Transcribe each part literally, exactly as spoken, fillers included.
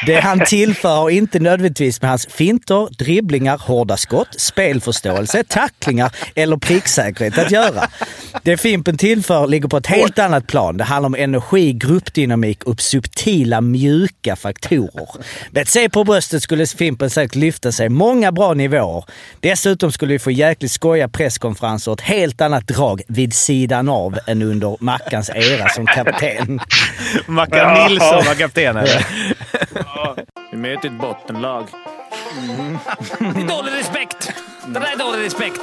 Det han tillför har inte nödvändigtvis med hans finter, dribblingar, hårda skott, spelförståelse, tacklingar eller pricksäkerhet att göra. Det Fimpen tillför ligger på ett helt annat plan. Det handlar om energi, gruppdynamik och subtila mjuka faktorer. Med ett se på bröstet skulle Fimpen säkert lyfta sig många bra nivåer. Dessutom skulle vi få jäkligt skoja presskonferenser och ett helt annat drag vid sidan av än under Mackans era som kapten. Mackan Nilsson var kapten, eller? Ja. Vi möter ett bottenlag. Mm. Det är dålig respekt. Det där är dålig respekt.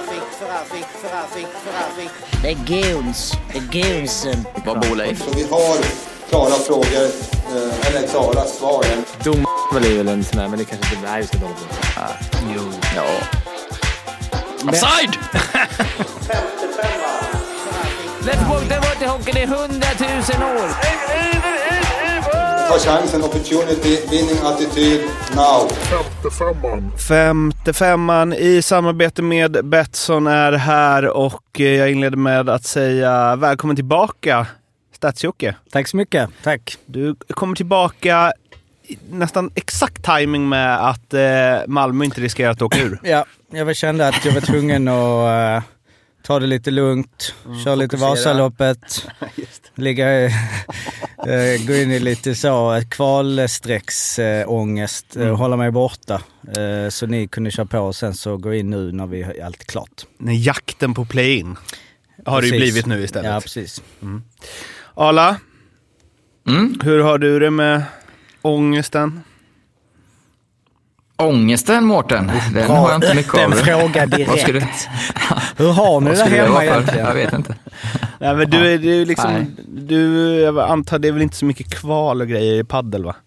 Det är guns. Det är gunsen. Vad bor Leif? Så vi har klara frågor, eller klara svar. Dom är väl en sån här, men det kanske inte är just det. Ah, jo. Ja. Offside! Let's walk the water hockey, det är hundratusen år. Ta chansen, opportunity, winning attityd, now. femtiofemman i samarbete med Betsson är här och jag inleder med att säga välkommen tillbaka, Stats-Jocke. Tack så mycket, tack. Du kommer tillbaka nästan exakt timing med att eh, Malmö inte riskerar att åka ur. Ja, jag kände att jag var tvungen att uh, ta det lite lugnt, mm, köra lite Vasaloppet, ligga, uh, gå in i lite så kvalsträcksångest, uh, mm. hålla mig borta. Uh, så ni kunde köra på och sen så gå in nu när vi är allt klart. När jakten på play-in har precis. Det ju blivit nu istället. Ja, precis. Mm. Ala, mm? hur har du det med ångesten? Ångesten, Mårten? Den Bra, har jag inte mycket av. Den fråga direkt. Du... Hur har ni det hemma egentligen? Jag vet inte. Nej, men du är du liksom... Du, jag antar det är väl inte så mycket kval och grejer i paddel, va?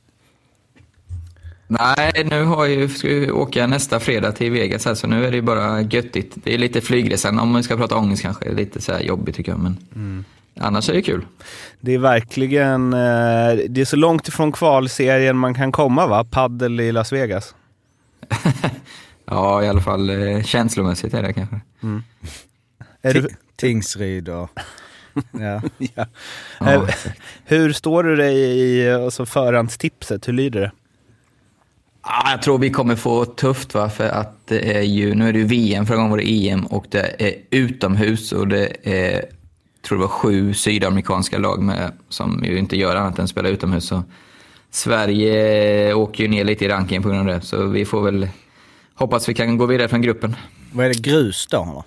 Nej, nu har jag ju, ska jag åka nästa fredag till Vegas här, så nu är det bara göttigt. Det är lite flygresan, om man ska prata ångest kanske. Det är lite så här jobbigt tycker jag, men... Mm. Annars är det kul. Det är verkligen... Det är så långt ifrån kvalserien man kan komma, va? Paddel i Las Vegas. Ja, i alla fall eh, känslomässigt är det kanske. Mm. Är du... Tingsryd och... ja. ja. Ja, hur står du dig i alltså, förhandstipset? Hur lyder det? Ah, jag tror vi kommer få tufft, va? För att det är ju... Nu är det ju V M, förra gången var det E M och det är utomhus och det är... tror det var sju sydamerikanska lag med, som ju inte gör annat än spela utomhus. Så Sverige åker ju ner lite i rankingen på grund av det. Så vi får väl hoppas vi kan gå vidare från gruppen. Vad är det, grus då? Eller,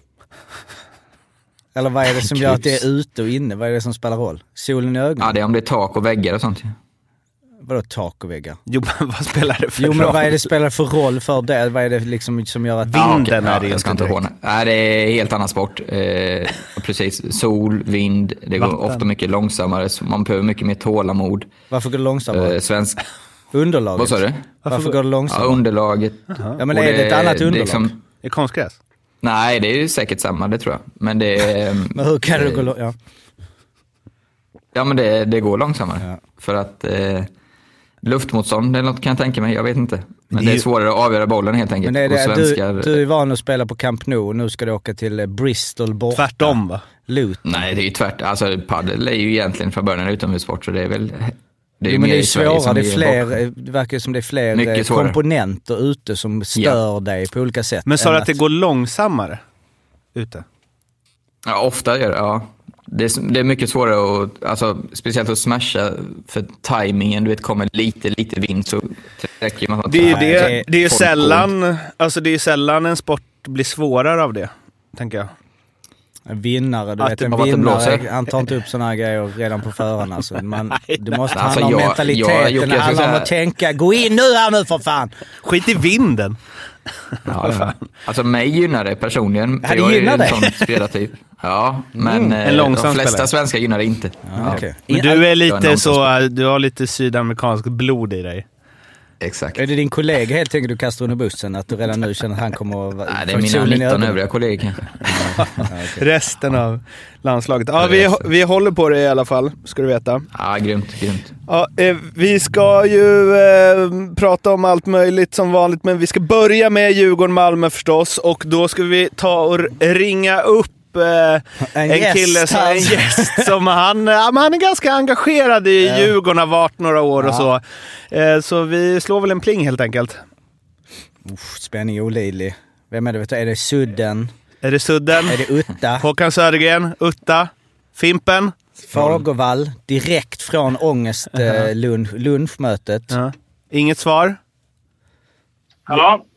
eller vad är det som gör att det är ute och inne? Vad är det som spelar roll? Solen i ögonen? Ja, det är om det är tak och väggar och sånt. Vadå tak och väggar? Jo, men vad spelar det för jo, roll? men vad är det spelar för roll för det? Vad är det liksom som gör att... Vinden ja, är det jag ska inte håna. Nej, det är helt annan sport. Eh, precis, sol, vind, det går Vatten. ofta mycket långsammare. Så man behöver mycket mer tålamod. Varför går det långsammare? Eh, svensk... Underlaget. Vad sa du? Varför, Varför går det långsammare? Ja, underlaget. Uh-huh. Ja, men är det, det ett annat underlag? Liksom... Är det konstgräs? Nej, det är ju säkert samma, det tror jag. Men det är... men hur kan det gå långsammare? Ja. ja, men det, det går långsammare. Ja. För att... Eh, luftmotstånd eller något kan jag tänka mig, jag vet inte. Men det är svårare att avgöra bollen helt enkelt. Men är det, svenskar... du, du är van att spela på Camp Nou och nu ska du åka till Bristol borta. Tvärtom, va? Luton. Nej, det är ju tvärt. Alltså paddel är ju egentligen från början utomhussport, så det är väl... Det är ju jo, men mer det är svårare, det, är fler, bort. det verkar som det är fler komponenter ute som stör ja. dig på olika sätt. Men sa du att det går långsammare ute? Ja, ofta gör det, ja. Det är, det är mycket svårare att, alltså, speciellt att smasha för timingen, du vet, kommer lite, lite vind så räcker man. Det är ju det, det, det är sällan, alltså det är sällan en sport blir svårare av det, tänker jag. En vinnare, du att vet, en vinnare, han tar inte upp såna här grejer redan på förhand. Alltså. Man, du måste alltså, handla om jag, mentaliteten, det handlar om att tänka, gå in nu här nu för fan! Skit i vinden! Ja, ja. Alltså mig gynnar det personligen. Ja, det jag gynnar är ju en sån spelartyp. Ja, men mm, de flesta spelare. Svenskar gynnar det inte. Ja, okay. Men du är lite så, du har lite sydamerikansk blod i dig. Exakt. Är det din kollega helt enkelt du kastar under bussen? Att du redan nu känner att han kommer att... Nej, det är mina nitton övriga kollegor kanske. Ja, okay. Resten av landslaget. Ja, vi, vi håller på det i alla fall, ska du veta. Ja, grymt, grymt. Ja, eh, vi ska ju eh, prata om allt möjligt som vanligt, men vi ska börja med Djurgården-Malmö förstås. Och då ska vi ta och ringa upp upp eh, en, en kille som en gäst som han, ja, men han är ganska engagerad i ja. Djurgården, har varit några år ja. och så. Eh, så vi slår väl en pling helt enkelt. Uff, spänning olidlig. Vem är det? Vet du? Är det Sudden? Är det Sudden? Är det Utta? Håkan Södergren, Utta, Fimpen. Fagervall, direkt från ångest eh, lunch, lunchmötet. Ja. Inget svar? Hallå?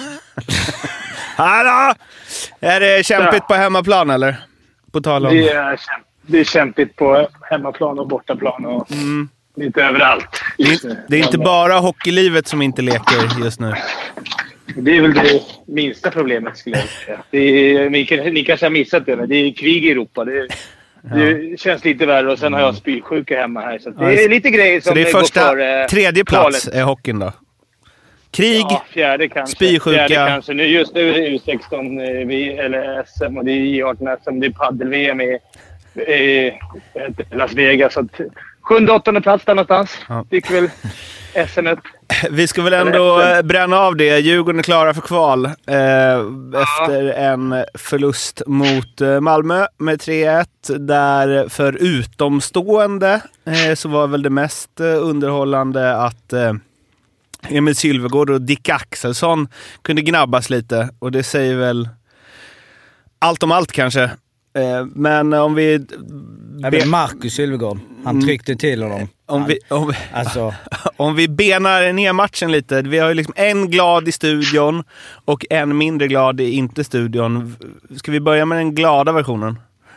Hallå! Är det kämpigt på hemmaplan eller? På tal om... det, är kämp- det är kämpigt på hemmaplan och bortaplan och mm. lite överallt. Det är, det är inte bara hockeylivet som inte leker just nu. Det är väl det minsta problemet skulle jag säga. Det är, ni, ni kanske har missat det, men det är krig i Europa. Det, ja. det känns lite värre och sen har jag spysjuka hemma här. Så det är lite grejer som så det är första, går för, eh, tredje plats är hockeyn då? Krig, ja, fjärde kanske. spysjuka. Fjärde kanske. Nu, just nu är det U sexton eh, vi, eller S M och det är J arton S M. Det är paddel-V M i eh, Las Vegas. Så att, sjunde, åttonde plats där någonstans. Ja. Fick väl S M upp. Vi ska väl ändå bränna av det. Djurgården är klara för kval eh, ja. efter en förlust mot eh, Malmö med tre ett. Där för utomstående eh, så var väl det mest eh, underhållande att eh, Emil Sylvegård och Dick Axelsson kunde gnabbas lite. Och det säger väl allt om allt kanske. Eh, men om vi... Be- det är Marcus Sylvegård. Han tryckte till honom. Om vi, om, vi, alltså. om vi benar ner matchen lite. Vi har ju liksom en glad i studion och en mindre glad i inte studion. Ska vi börja med den glada versionen?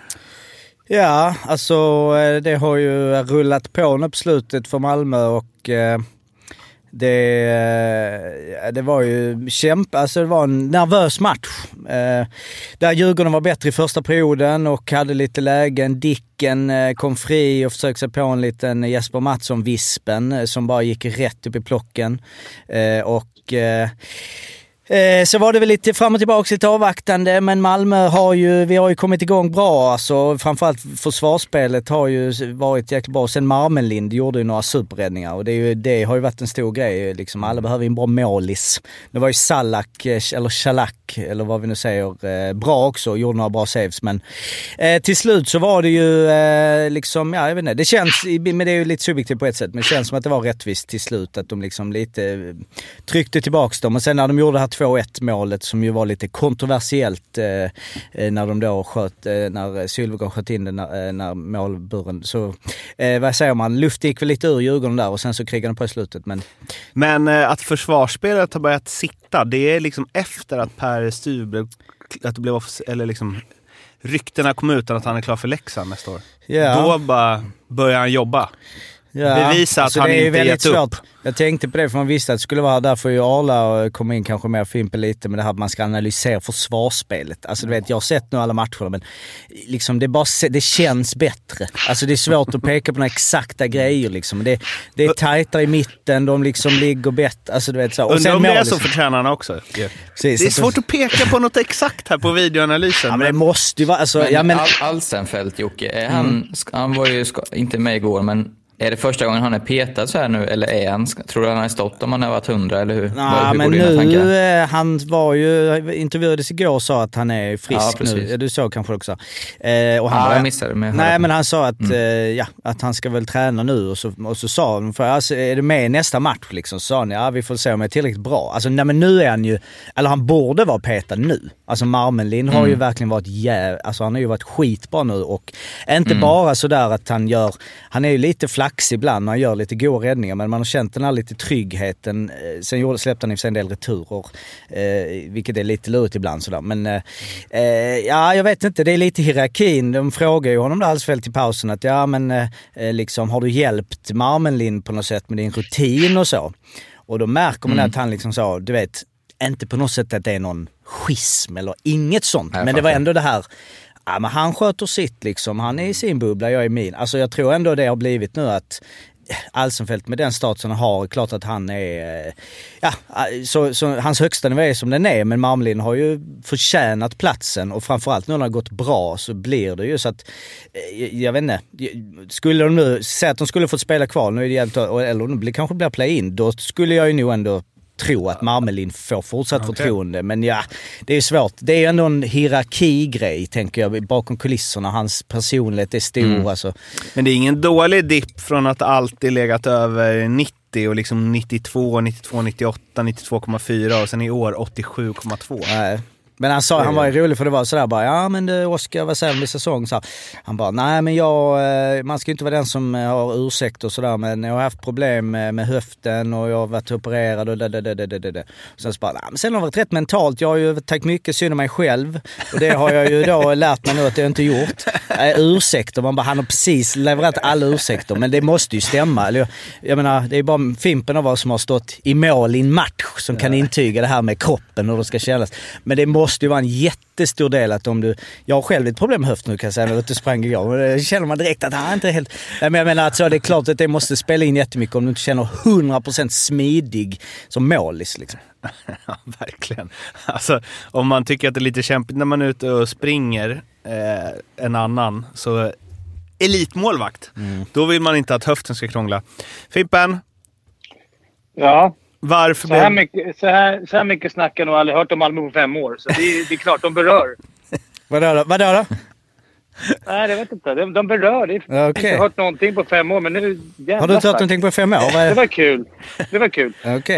Ja, alltså det har ju rullat på nu på slutet för Malmö och eh, det, det var ju kämpa, alltså det var en nervös match. Eh, där Djurgården var bättre i första perioden och hade lite lägen. Dicken eh, kom fri och försökte sig på en liten Jesper Mattsson-vispen eh, som bara gick rätt upp i plocken. Eh, och... Eh, Eh, så var det väl lite fram och tillbaka, lite avvaktande, men Malmö har ju, vi har ju kommit igång bra, alltså framförallt försvarsspelet har ju varit jäkligt bra. Sen Marmenlind gjorde ju några superräddningar och det, är ju, det har ju varit en stor grej, liksom alla behöver en bra målis. Det var ju Salak, eller Shalak, eller vad vi nu säger, eh, bra också och gjorde några bra saves, men eh, till slut så var det ju eh, liksom, ja jag vet inte, det känns, men det är ju lite subjektivt på ett sätt, men det känns som att det var rättvist till slut, att de liksom lite tryckte tillbaka dem, och sen när de gjorde det här två ett målet som ju var lite kontroversiellt eh, när de då sköt, eh, när Sylvegård sköt in den när, eh, när målburen, så eh, vad säger man, luft gick väl lite ur Djurgården där och sen så krigade de på i slutet, men men eh, att försvarsspelet har börjat sitta, det är liksom efter att Per Styr blev, att det blev eller liksom ryktena kom ut att han är klar för Leksand nästa år. Yeah. Då bara börjar han jobba. Ja, bevisa att alltså han inte gett upp. Svårt. Jag tänkte på det för man visste att det skulle vara därför ju Arla komma in kanske mer Fimpen lite, men det här att man ska analysera försvarsspelet. Alltså du vet, jag har sett nu alla matcher, men liksom det, bara, det känns bättre. Alltså det är svårt att peka på några exakta grejer liksom. Det, det är tajtare i mitten, de liksom ligger bättre. Alltså du vet så. Och sen om det är liksom så för tränarna också. Ja. Precis, det är svårt att peka på något exakt här på videoanalysen. Ja, men det måste ju vara... Alltså, men ja, men... Al- Alsenfelt, Jocke, han, mm. han var ju inte med igår, men är det första gången han är petad så här nu, eller är han, tror du han har stått om han har varit hundra, eller hur? Ja, hur men nu, eh, han var ju, intervjuades igår och sa att han är frisk ja, nu. Du såg kanske också. Eh, och han ja, var, jag missade det. Nej, men han sa att, mm. eh, ja, att han ska väl träna nu, och så, och så sa han, för, alltså, är det med i nästa match liksom? Så sa han, ja vi får se om jag är tillräckligt bra. Alltså nej, men nu är han ju, eller han borde vara petad nu. Alltså Marmenlind har mm. ju verkligen varit jäv, alltså han har ju varit skitbra nu, och inte mm. bara sådär att han gör, han är ju lite flax ibland, han gör lite goda räddningar, men man har känt den här lite tryggheten. Sen gjorde, släppte han i sig en del returer, eh, vilket är lite lurt ibland sådär. Men eh, ja, jag vet inte, det är lite hierarkin. De frågar ju honom där Alsfält i pausen att ja, men eh, liksom har du hjälpt Marmenlind på något sätt med din rutin och så? Och då märker man mm. att han liksom sa, du vet, inte på något sätt att det är någon schism eller inget sånt, jag men fattar. Det var ändå det här. Ja, men han sköter sitt liksom. Han är i sin bubbla, jag är min. Alltså jag tror ändå det har blivit nu att Alsenfelt med den statusen har, klart att han är, ja, så, så hans högsta nivå är som den är, men Marmelin har ju förtjänat platsen, och framförallt nu när det har gått bra så blir det ju så att, jag vet inte, skulle de nu säga att de skulle fått spela kvar, nu är det jävligt, eller de kanske blir play-in, då skulle jag ju nog ändå tro att Marmelin får fortsatt Okay. förtroende. Men ja, det är svårt. Det är ju ändå en hierarkigrej, tänker jag, bakom kulisserna. Hans personlighet är stor. Mm. Alltså. Men det är ingen dålig dipp från att alltid legat över nittio och liksom nittiotvå, nittiotvå, nittioåtta, nittiotvå komma fyra och sen i år åttiosju komma två. Nej. Men han sa, han var ju rolig för det var sådär bara, ja men det, Oskar, vad säger du om säsong? Så han bara, nej men jag, man ska ju inte vara den som har ursäkt och sådär, men jag har haft problem med, med höften och jag har varit opererad och det, det, det, det, det, det. Sen så bara, nej men sen har jag varit rätt mentalt, jag har ju tagit mycket synd om mig själv och det har jag ju då lärt mig nu att jag inte gjort. Äh, ursäkter, man bara, han har precis levererat alla ursäkter, men det måste ju stämma. Eller, jag, jag menar, det är bara Fimpen av oss som har stått i mål i en match som kan intyga det här med kroppen och hur det ska kännas. Men det måste måste ju vara en jättestor del att om du... Jag har själv ett problem med höft nu kan jag säga när jag inte sprang igår. Det känner man direkt att han inte är helt... Men jag menar att så det är klart att det måste spela in jättemycket om du inte känner hundra procent smidig som målis liksom. Ja, verkligen. Alltså, om man tycker att det är lite kämpigt när man är ute och springer eh, en annan, så elitmålvakt. Mm. Då vill man inte att höften ska krångla. Fimpen? Ja? Varför? Så här, mycket, så, här, så här mycket snackar jag nog aldrig hört om Malmö på fem år. Så det, det är klart, de berör. Vadå då? Vadå då? Nej, jag vet inte. De, de berör. Det. Jag har okay. inte hört någonting på fem år, men nu... Har du inte hört någonting på fem år? Det var kul. Det var kul. Okej. Okay.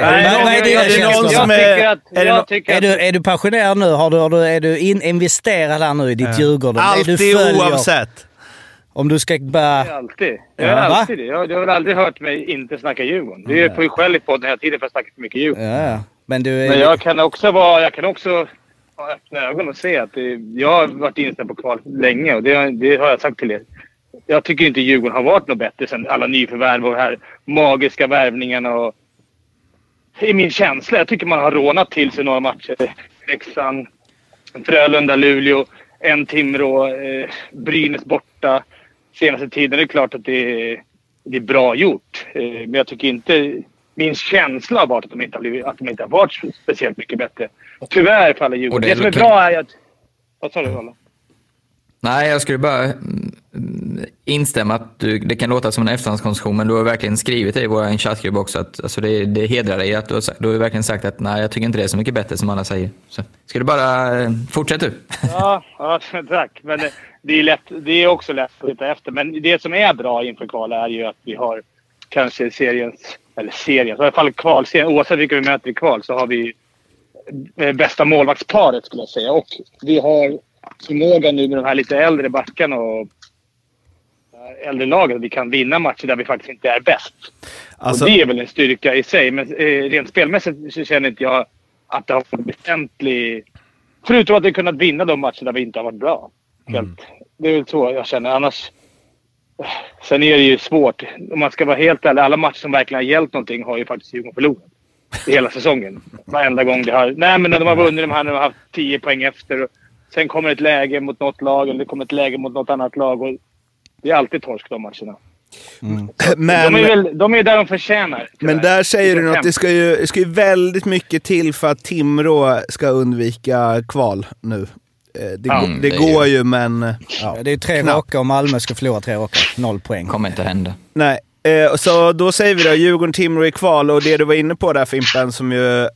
Är du, är du passionerad nu? Har du, har du, är du in, investerad här nu i ditt ja. Djurgården? Alltid du oavsett. Om du ska bara... Jag är alltid. Jag är ja, alltid det. Jag, jag har aldrig hört mig inte snacka Djurgården. Det är på ju själv på den här tiden för att snacka för mycket Djurgården. Ja, men du är... Men jag kan också vara... Jag kan också ha öppna ögon och se att det, jag har varit inställd på kval länge och det, det har jag sagt till er. Jag tycker inte Djurgården har varit något bättre sedan alla nyförvärv och här magiska värvningarna och... I min känsla, jag tycker man har rånat till sig några matcher. Leksand, Frölunda, Luleå, en Timrå, eh, Brynäs borta. Senaste tiden är det klart att det är, det är bra gjort. Eh, men jag tycker inte... Min känsla har varit att de inte har, blivit, att de inte har varit speciellt mycket bättre. Tyvärr faller Djurgården. Det, det som är bra är att... Vad sa du, Rolla? Nej, jag skulle bara instämma att du, det kan låta som en efterhandskonstruktion, men du har verkligen skrivit det i vår chattgrupp också att alltså det, det hedrar dig att du har, du har verkligen sagt att nej, jag tycker inte det är så mycket bättre som alla säger. Så ska du bara fortsätta du? Ja, ja, tack. Men det, det, är lätt, det är också lätt att hitta efter. Men det som är bra inför kval är ju att vi har kanske seriens, eller seriens, i alla fall kvalserien, oavsett vilka vi möter i kval så har vi bästa målvaktsparet skulle jag säga. Och vi har förmåga nu med de här lite äldre backarna och äldre lagen att vi kan vinna matcher där vi faktiskt inte är bäst. Alltså... Och det är väl en styrka i sig. Men eh, rent spelmässigt så känner inte jag att det har varit väsentlig... Förutom att vi kunnat vinna de matcher där vi inte har varit bra. Mm. Det är väl så jag känner. Annars... Sen är det ju svårt. Om man ska vara helt ärlig, alla matcher som verkligen har hjälpt någonting har ju faktiskt Djurgården förlorat. I hela säsongen. Varenda gång det har... Nej, men när de har vunnit de här när de har haft tio poäng efter och sen kommer ett läge mot något lag eller det kommer ett läge mot något annat lag och det är alltid torsk de matcherna. Mm. Men, de, är väl, de är där de förtjänar. Men där säger du att det ska ju, det ska ju väldigt mycket till för att Timrå ska undvika kval nu. Det, mm, det, det går ju, men... Ja, det är tre raka och Malmö ska förlora tre raka. Noll poäng. Kommer inte hända. Nej, eh, så då säger vi då Djurgården, Timrå i kval och det du var inne på där Fimpen som ju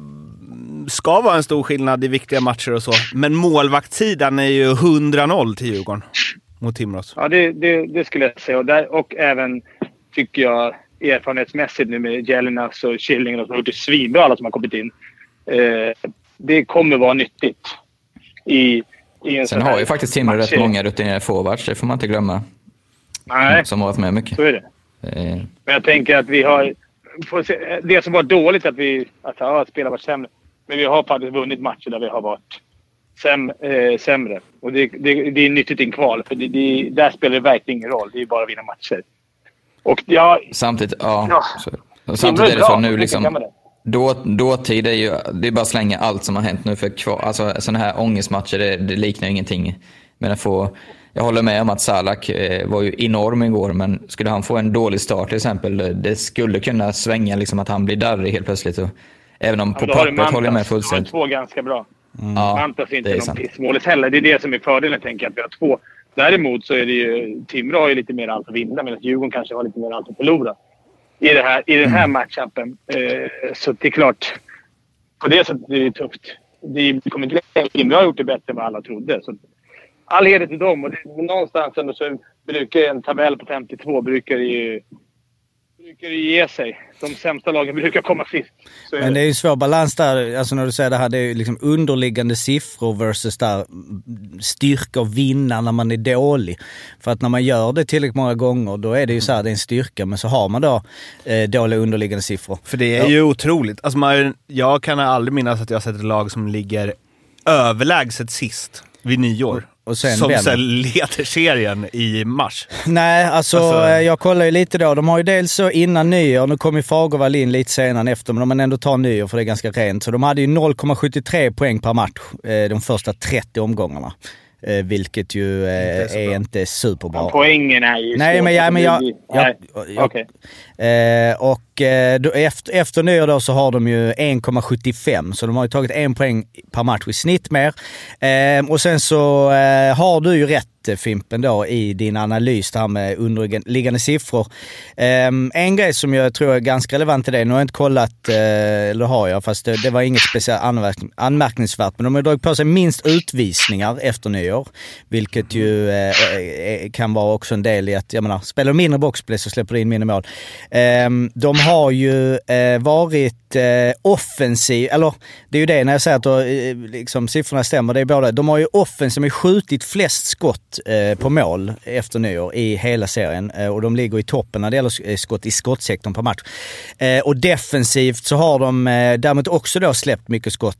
ska vara en stor skillnad i viktiga matcher och så. Men målvaktssidan är ju hundra noll till Djurgården mot Timrås. Ja, det, det, det skulle jag säga. Och, där, och även tycker jag erfarenhetsmässigt nu med Jelinas och Killing och så har gjort det svinbra alla som har kommit in. Eh, det kommer vara nyttigt i, i en Sen har ju faktiskt Timrå rätt många rutinerade forwards, det får man inte glömma. Nej, som har varit med mycket. Så är det. Eh. Men jag tänker att vi har... Det som var dåligt att vi att, ja, att spela varit sämre. Men vi har faktiskt vunnit matcher där vi har varit säm, äh, sämre. Och det, det, det är nyttigt i en kval. För det, det, där spelar det verkligen ingen roll. Det är bara att vinna matcher. Och ja... Samtidigt, ja. ja så, och samtidigt är det så nu liksom... Då, dåtid är ju... Det är bara att slänga allt som har hänt nu för kval. Alltså sådana här ångestmatcher, det, det liknar ju ingenting. Men att få... Jag håller med om att Salak eh, var ju enorm igår, men skulle han få en dålig start till exempel, det skulle kunna svänga liksom att han blir darrig helt plötsligt. Och, även om ja, på pappret håller jag med fullständigt. De har två ganska bra. Mm. Ja, Mantas är inte är någon pissmålis heller. Det är det som är fördelen, tänker jag, att vi har två. Däremot så är det ju... Timrå har ju lite mer allt att vinna, medan Djurgården kanske har lite mer allt att förlora. i, det här, i den här matchupen. Eh, så det är klart, på det sättet är det tufft. Vi kommer inte längre. Vi har gjort det bättre än vad alla trodde. Så all heder till dem. Och det, någonstans ändå så brukar en tabell på femtiotvå brukar ju, brukar ju ge sig. De sämsta lagen brukar komma sist. Så Men det är ju en svår balans där, alltså när du säger det här, det är ju liksom underliggande siffror versus där styrka och vinna när man är dålig. För att när man gör det tillräckligt många gånger, då är det ju så här, det är en styrka, men så har man då eh, dåliga underliggande siffror. För det är ja. ju otroligt. Alltså man, jag kan aldrig minnas att jag har sett ett lag som ligger överlägset sist vid nyår. Och sen som sen leder serien i mars. Nej, alltså, alltså jag kollar ju lite då. De har ju dels så innan nyår, nu kommer ju Fagervall in lite senare efter, men de har ändå tar nyår för det är ganska rent. Så de hade ju noll komma sjuttiotre poäng per match eh, de första trettio omgångarna. Eh, vilket ju eh, inte är, är inte superbra. Ja, poängen är ju Nej, men, ja, men jag... jag, jag, jag okay. eh, och eh, då, efter, efter nyår då så har de ju en komma sjuttiofem. Så de har ju tagit en poäng per match i snitt mer. Eh, och sen så eh, har du ju rätt, Fimpen, då i din analys där med underliggande siffror. Um, en grej som jag tror är ganska relevant till det, nu har jag inte kollat, uh, eller har jag, fast det, det var inget speciellt anmärk- anmärkningsvärt, men de har dragit på sig minst utvisningar efter nyår, vilket ju uh, kan vara också en del i att, jag menar, spelar du mindre boxplay så släpper du in mindre mål. Um, de har ju uh, varit uh, offensiv, eller det är ju det när jag säger att då, uh, liksom, siffrorna stämmer, det är båda, de har ju offensiv med skjutit flest skott på mål efter nyår i hela serien, och de ligger i toppen när det gäller skott i skottsektorn per match. Och defensivt så har de däremot också då släppt mycket skott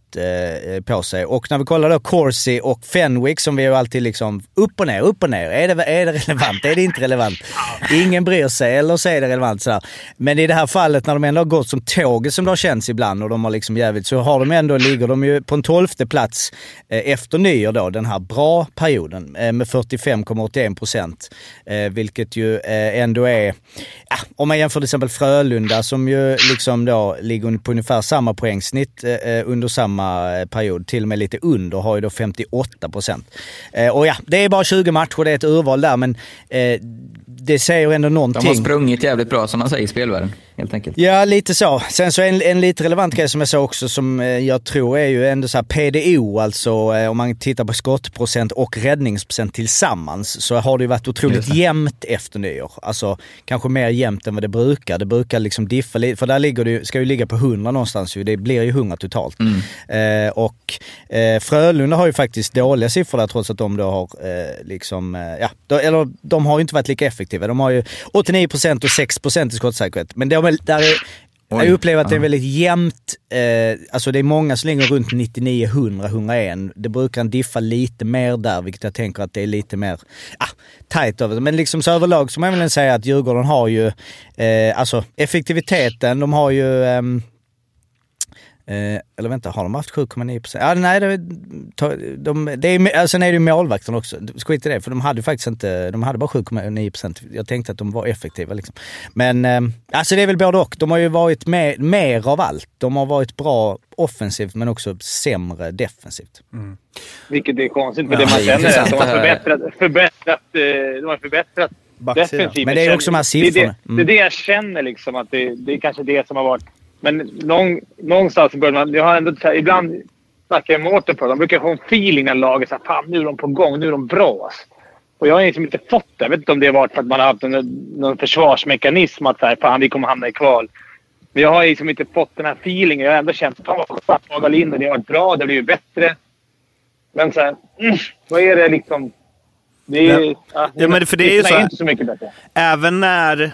på sig. Och när vi kollar då Corsi och Fenwick, som vi ju alltid liksom upp och ner, upp och ner. Är det, är det relevant? Är det inte relevant? Ingen bryr sig, eller så är det relevant sådär. Men i det här fallet när de ändå har gått som tåget som det har känts ibland och de har liksom jävligt, så har de ändå, ligger de ju på en tolfte plats efter nyår då, den här bra perioden med fyrtiofem komma åttioen procent, eh, vilket ju eh, ändå är, ja, om man jämför till exempel Frölunda som ju liksom då ligger på ungefär samma poängsnitt eh, under samma period, till och med lite under, har ju då femtioåtta procent. Eh, och ja, det är bara tjugo matcher, det är ett urval där, men eh, det säger ändå någonting. De har sprungit jävligt bra, som man säger, i spelvärlden, helt enkelt. Ja, lite så. Sen så en, en lite relevant grej som jag sa också, som jag tror är ju ändå så här P D O, alltså om man tittar på skottprocent och räddningsprocent tillsammans, så har det ju varit otroligt jämnt efter nyår. Alltså kanske mer jämnt än vad det brukar. Det brukar liksom diffa lite, för där ligger det, ska ju ligga på hundra någonstans ju. Det blir ju hundra totalt. Mm. Eh, och eh, Frölunda har ju faktiskt dåliga siffror där, trots att de då har eh, liksom, eh, ja, då, eller de har ju inte varit lika effektiva. De har ju åttionio procent och sex procent i skottsäkerhet. Men de, där är, jag upplever att det är väldigt jämnt. Eh, alltså det är många som ligger runt nittionio, hundra, hundraen. Det brukar diffa lite mer där, vilket jag tänker att det är lite mer ah, tajt över. Men liksom så överlag så man vill säga att Djurgården har ju eh, alltså effektiviteten, de har ju eh, Eh, eller vänta, har de haft sju komma nio procent? Ja, nej, det, de, det är, alltså, nej, det är ju målvakten också. Skit i det, för de hade faktiskt inte, de hade bara sju komma nio procent. Jag tänkte att de var effektiva liksom. Men eh, alltså det är väl både och. De har ju varit med, mer av allt. De har varit bra offensivt, men också sämre defensivt. Mm. Vilket är konstigt, för ja, det man känner är att de har förbättrat, förbättrat, de har förbättrat defensivt. Men det är också de här siffrorna. Det, det, det är det jag känner liksom, att det, det är kanske det som har varit. Men någon, någonstans börjar man, jag har ändå, ibland snackar jag med Mårten på, de brukar få en feeling när laget säger, fan nu är de på gång, nu är de bra. Och jag har liksom inte fått det. Jag vet inte om det har varit för att man har haft en, någon försvarsmekanism att säga, fan vi kommer hamna i kval. Men jag har liksom inte fått den här feelingen. Jag har ändå känt, fan vad skönt in och det har varit bra, det blir ju bättre. Men så här, mm, vad är det liksom? Det är, ja, ja, men för det är ju så, är inte så mycket bättre. Även när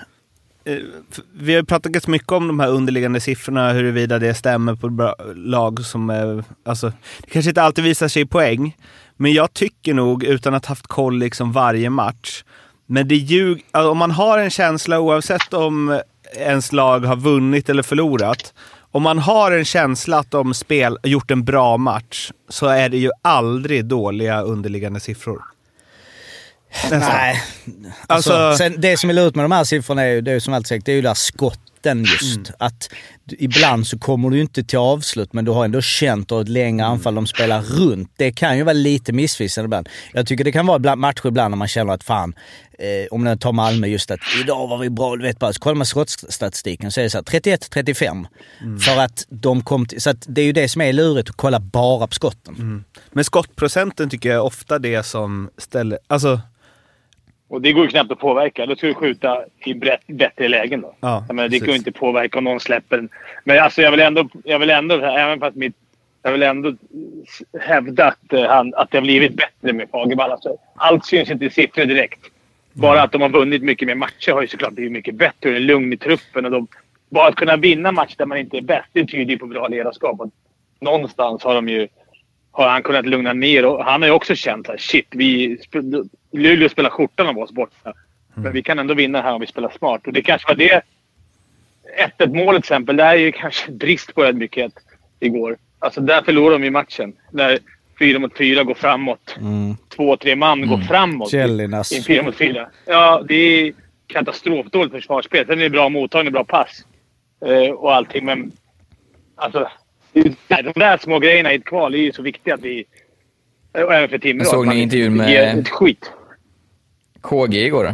vi har ju pratat ganska mycket om de här underliggande siffrorna, huruvida det stämmer på bra lag som är, alltså, det kanske inte alltid visar sig i poäng, men jag tycker nog, utan att ha haft koll liksom varje match, men det ljug, alltså, om man har en känsla, oavsett om ens lag har vunnit eller förlorat, om man har en känsla att de spel, gjort en bra match, så är det ju aldrig dåliga underliggande siffror. Nej, alltså, alltså sen, det som är lut med de här siffrorna är ju, det är ju som alltid sagt, det är ju där skott den just. Mm. Att du, ibland så kommer du inte till avslut, men du har ändå känt och ett längre anfall de spelar runt. Det kan ju vara lite missvisande ibland. Jag tycker det kan vara ibland, matcher ibland när man känner att fan, eh, om den tar Malmö just att idag var vi bra, du vet bara, så kollar man skottstatistiken så är det så här trettioett trettiofem. Mm. För att de kom till, så att det är ju det som är lurigt att kolla bara på skotten. Mm. Men skottprocenten tycker jag är ofta det som ställer, alltså. Och det går ju knappt att påverka. Då ska du skjuta i brett, bättre lägen då. Ja, men det går ju inte påverka om någon släpper den. Men alltså jag vill ändå, jag vill ändå även fast mitt, jag vill ändå hävda att, han, att det har blivit bättre med Fagervall. Alltså, allt syns inte i siffror direkt. Bara att de har vunnit mycket mer matcher har ju såklart blivit mycket bättre. Det är lugn i truppen. Och de, bara att kunna vinna match där man inte är bäst, det tyder ju på bra ledarskap. Och någonstans har de ju har han kunnat lugna ner. Och han har ju också känt att shit, vi Luleå spelar skjortan av oss borta. Men vi kan ändå vinna här om vi spelar smart. Och det kanske var det ett ett mål till exempel. Det är ju kanske brist på ödmjukhet igår. Alltså där förlorar de ju matchen. Där fyra mot fyra går framåt. Mm. Två, tre man mm. går framåt. Källinas. I fyra mot fyra. Ja, det är katastrofdåligt försvarsspel. Sen är det bra mottagning, bra pass. Eh, och allting. Men alltså, de där små grejerna i ett kval är ju så viktiga att vi... Och även för Timrå. Jag såg ni intervjun med ett skit. K G igår då?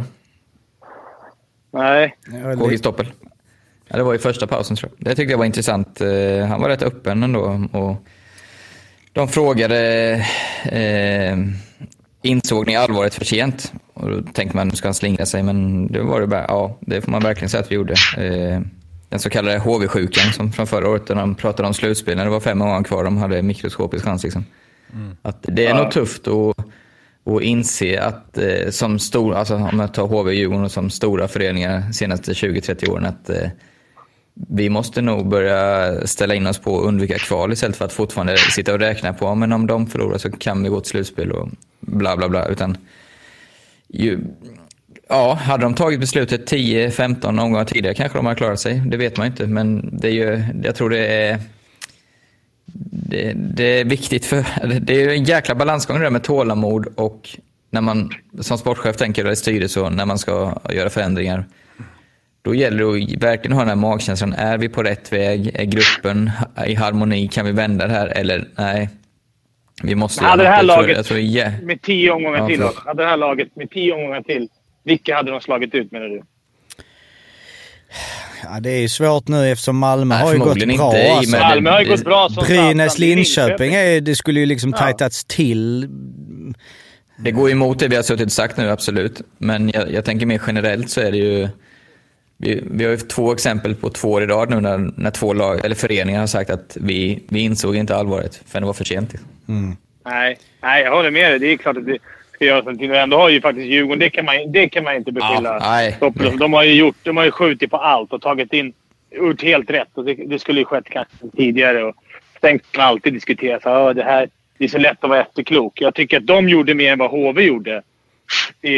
Nej. K G Stoppel. Ja, det var i första pausen tror jag. Det tyckte jag var intressant. Han var rätt öppen ändå. Och de frågade eh, insåg ni allvaret för sent? Och då tänkte man nu ska han slingra sig. Men det var det bara, ja, det får man verkligen säga att vi gjorde. Eh, den så kallade H V-sjukan som från förra året när de pratade om slutspel. När det var fem månader kvar, de hade mikroskopisk chans liksom. Mm. Att det är ja. nog tufft att, att inse att eh, som stor, alltså om jag tar H V Djurgården som stora föreningar senaste tjugo trettio åren att eh, vi måste nog börja ställa in oss på att undvika kval istället för att fortfarande sitta och räkna på men om de förlorar så kan vi gå till slutspel och bla bla bla. Utan ju, ja, hade de tagit beslutet tio femton omgångar tidigare kanske de hade klarat sig. Det vet man inte, men det är ju, jag tror det är det, det är viktigt för det är en jäkla balansgång det där med tålamod och när man som sportchef tänker eller styr så när man ska göra förändringar. Då gäller det att verkligen ha den här magkänslan. Är vi på rätt väg? Är gruppen i harmoni? Kan vi vända det här? Eller nej, vi måste... Hade det här laget tror, tror, yeah. med tio omgångar ja, till då? Hade det här laget med tio omgångar till? Vilka hade de slagit ut menar du? Ja, det är ju svårt nu eftersom Malmö nej, har ju gått bra. Inte, alltså. Malmö har ju gått bra. Brynäs, Linköping, är, det skulle ju liksom tajtats ja. till... Det går emot det vi har suttit sagt nu, absolut. Men jag, jag tänker mer generellt så är det ju... Vi, vi har ju två exempel på två år i rad nu när, när två lag, eller föreningar har sagt att vi, vi insåg inte allvaret för det var för sent. Mm. Nej, nej, jag håller med dig. Det är klart att det ska göras någonting. Och ändå har ju faktiskt Djurgården, det kan man, det kan man inte beskylla. Ja, de har ju gjort, de har ju skjutit på allt och tagit in, gjort helt rätt. Och det, det skulle ju skett kanske tidigare. Och sen kan man alltid diskutera så här, det här, det är så lätt att vara efterklok. Jag tycker att de gjorde mer än vad H V gjorde i,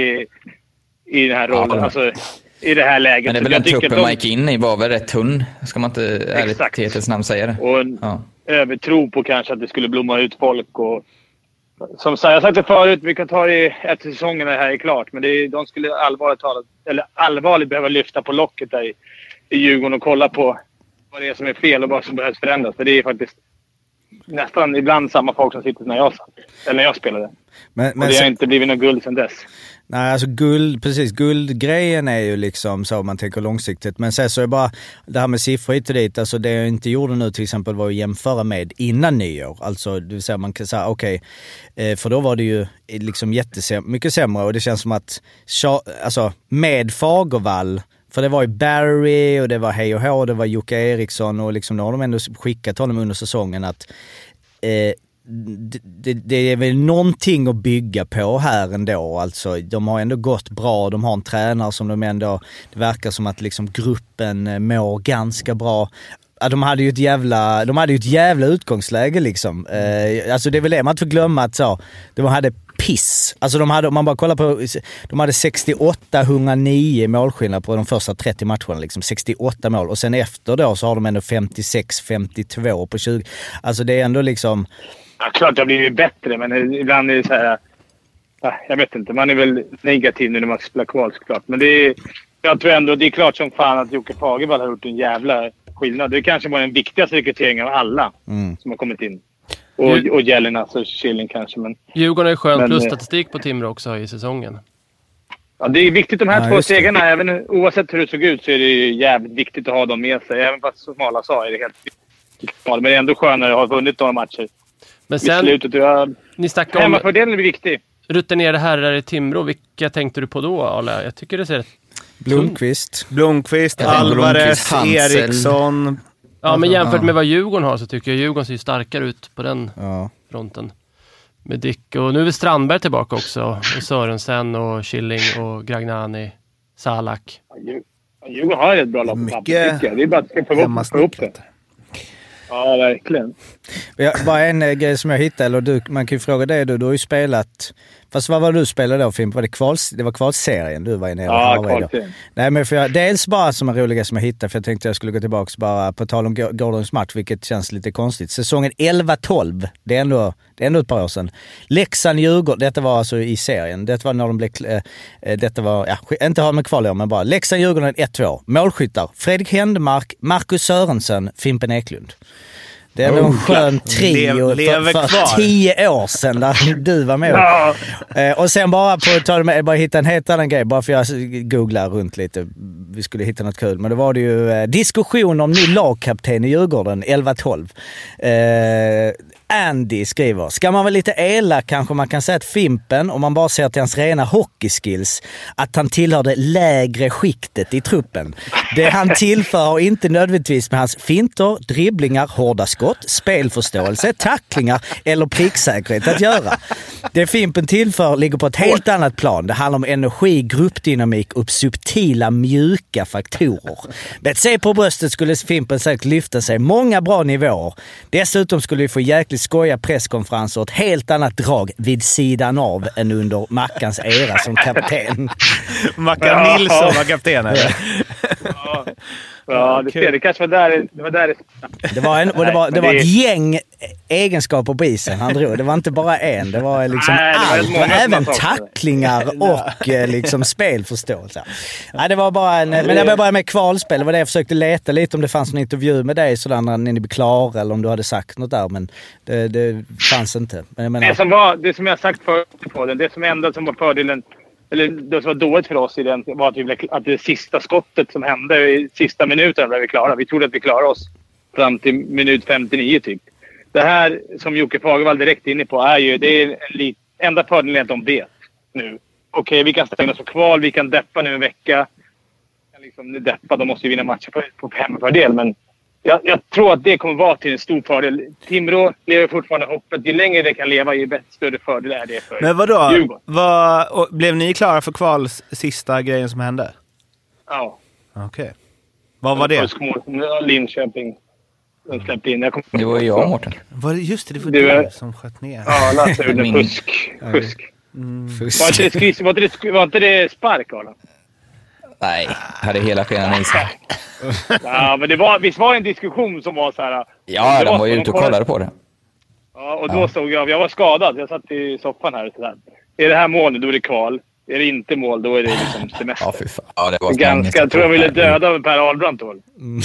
i den här rollen. Ja, alltså, i det här läget. Men det är väl en truppen de... man gick in i var väl rätt tunn. Ska man inte ärlighetens namn säga det? Och en ja. övertro på kanske att det skulle blomma ut folk. Och, som jag har sagt det förut, vi kan ta det efter säsongen när det här är klart. Men det är, de skulle allvarligt, talat, eller allvarligt behöva lyfta på locket där i, i Djurgården och kolla på vad det är som är fel och vad som behövs förändras. För det är faktiskt nästan ibland samma folk som sitter när jag satt. Eller när jag spelade. Men, men och det har så... inte blivit någon guld sedan dess. Nej, alltså guld, precis, guldgrejen är ju liksom så man tänker långsiktigt. Men sen så är det bara det här med siffror hit och dit. Alltså det jag inte gjorde nu till exempel var att jämföra med innan nyår. Alltså det vill säga man kan säga okej, okay, för då var det ju liksom jättesam- mycket sämre och det känns som att alltså med Fagervall, för det var ju Barry och det var hej och hå och det var Jocke Eriksson och liksom då har de ändå skickat honom under säsongen att eh, Det, det, det är väl någonting att bygga på här ändå. Alltså, de har ändå gått bra. De har en tränare som de ändå... Det verkar som att liksom gruppen mår ganska bra. Ja, de hade ju ett jävla, de hade ju ett jävla utgångsläge liksom. Eh, alltså det är väl det man inte får glömma att så. De hade piss. Alltså de hade, om man bara kollar på... De hade sextioåtta hundraonio målskillnad på de första trettio matcherna. Liksom, sextioåtta mål. Och sen efter då så har de ändå femtiosex femtiotvå på tjugo. Alltså det är ändå liksom... Ja, klart det har blivit bättre, men ibland är det så här... Ja, jag vet inte, man är väl negativ nu när man spelar kval såklart. Men det är, jag tror ändå det är klart som fan att Jocke Fagervall har gjort en jävla skillnad. Det kanske var den viktigaste rekryteringen av alla mm. som har kommit in. Och, och Jellinas och Schilling kanske. Men, Djurgården är skön plus statistik på Timrå också i säsongen. Ja, det är viktigt de här ja, två segrarna. Även oavsett hur det såg ut så är det jävligt viktigt att ha dem med sig. Även fast som Mala sa är det helt viktigt. Men det är ändå skönare att ha vunnit några matcher. Men sen, slutet, jag, ni snackar om... Hemmafördelen är viktig. Rutinerade herrar i Timrå. Vilka tänkte du på då, Arla? Jag tycker det ser... Blomqvist. Blomqvist, Alvarez, Eriksson. Ja, men jämfört med vad Djurgården har så tycker jag Djurgården ser starkare ut på den ja. fronten. Med Dick och nu är Strandberg tillbaka också. Och Sörensen och Schilling och Gragnani, Salak. Djurgården har ett bra lag på pappret. Det är bara att ska få, få upp det. Ja, verkligen. Bara en äh, grej som jag hittade, eller du, man kan ju fråga dig, du, du har ju spelat, fast vad var du spelade då, Fimp? Var det, kvals, det var kvalserien du var inne i? Ja, kvalserien. Nej, men för jag, dels bara som en rolig grej som jag hittade, för jag tänkte jag skulle gå tillbaka bara på tal om gårdagens match, vilket känns lite konstigt. Säsongen elva tolv, det är ändå, det är ändå ett par år sedan. Leksand-Djurgården, detta var alltså i serien, detta var när de blev, äh, detta var, ja, inte har med kval år, men bara Leksand-Djurgården ett två. Målskyttar, Fredrik Händemark, Marcus Sörensen, Fimpen Eklund. Det är nog en skön trio för, för tio år sedan där du var med. Ja. Eh, och sen bara på ta det med, bara hitta en helt annan grej, bara för jag googlar runt lite. Vi skulle hitta något kul, men då var det ju eh, diskussion om ny lagkapten i Djurgården elva tolv. Eh, Andy skriver, ska man vara lite elak kanske man kan säga att Fimpen, om man bara ser till hans rena hockeyskills, att han tillhör det lägre skiktet i truppen. Det han tillför har inte nödvändigtvis med hans finter, dribblingar, hårda skott, spelförståelse, tacklingar eller pricksäkerhet att göra. Det Fimpen tillför ligger på ett helt annat plan. Det handlar om energi, gruppdynamik och subtila mjuka faktorer. Med ett se på bröstet skulle Fimpen säkert lyfta sig många bra nivåer. Dessutom skulle vi få jäkligt skoja presskonferenser och ett helt annat drag vid sidan av än under Mackans era som kapten. Mackan Nilsson var kapten, eller? Ja. Ja, det, ser, det kanske var där det var. Där det... Det var, en, det var, det var ett gäng egenskaper på isen han drog. Det var inte bara en. Det var liksom Nej, det var allt. Det var även tacklingar och liksom spelförståelse. Nej, det var bara en... Men det var bara med kvalspel. Det var det jag försökte leta lite om det fanns en intervju med dig sådär när ni blev klara eller om du hade sagt något där. Men det, det fanns inte. Men jag menar... det, som var, det som jag sagt förut på den, det som enda som var fördelen, eller det som var dåligt för oss i den, var att, vi, att det sista skottet som hände i sista minuten blev vi klara. Vi trodde att vi klarade oss fram till minut femtionio typ. Det här som Jocke Fagervall direkt inne på är ju, det är en lit, enda fördelen att de vet nu. Okej, okay, vi kan stänga oss på kval, vi kan deppa nu en vecka. Vi kan liksom deppa, de måste ju vinna matcher på, på hemmafördel, men jag, jag tror att det kommer vara till en stor fördel. Timrå lever fortfarande hoppet. Ju längre det kan leva, ju bättre större fördel är det för Men vadå? Djurgården. Vad, och, blev ni klara för kvals sista grejen som hände? Ja. Okej. Okay. Vad var det? Linköping. Den släppte in. Jag kom... Det var ju jag, Mårten. Var det just det? Det var du du som sköt ner. Ja, Lasse gjorde fusk. Fusk. Mm. Var, inte det skris, var, inte det, var inte det spark, Arla? Nej, hade hela skenan i sig. Ja, men det var, visst var det en diskussion som var så här... Ja, de var, var ju ute och kollade på det. Ja, och då ja. stod jag... Jag var skadad. Jag satt i soffan här. Så där. Är det här mål, då är det kval. Är det inte mål, då är det liksom semester. Ja, fy fan. Ja, det var ganska... Jag tror jag ville döda Per Ahlbrandt då. Mm.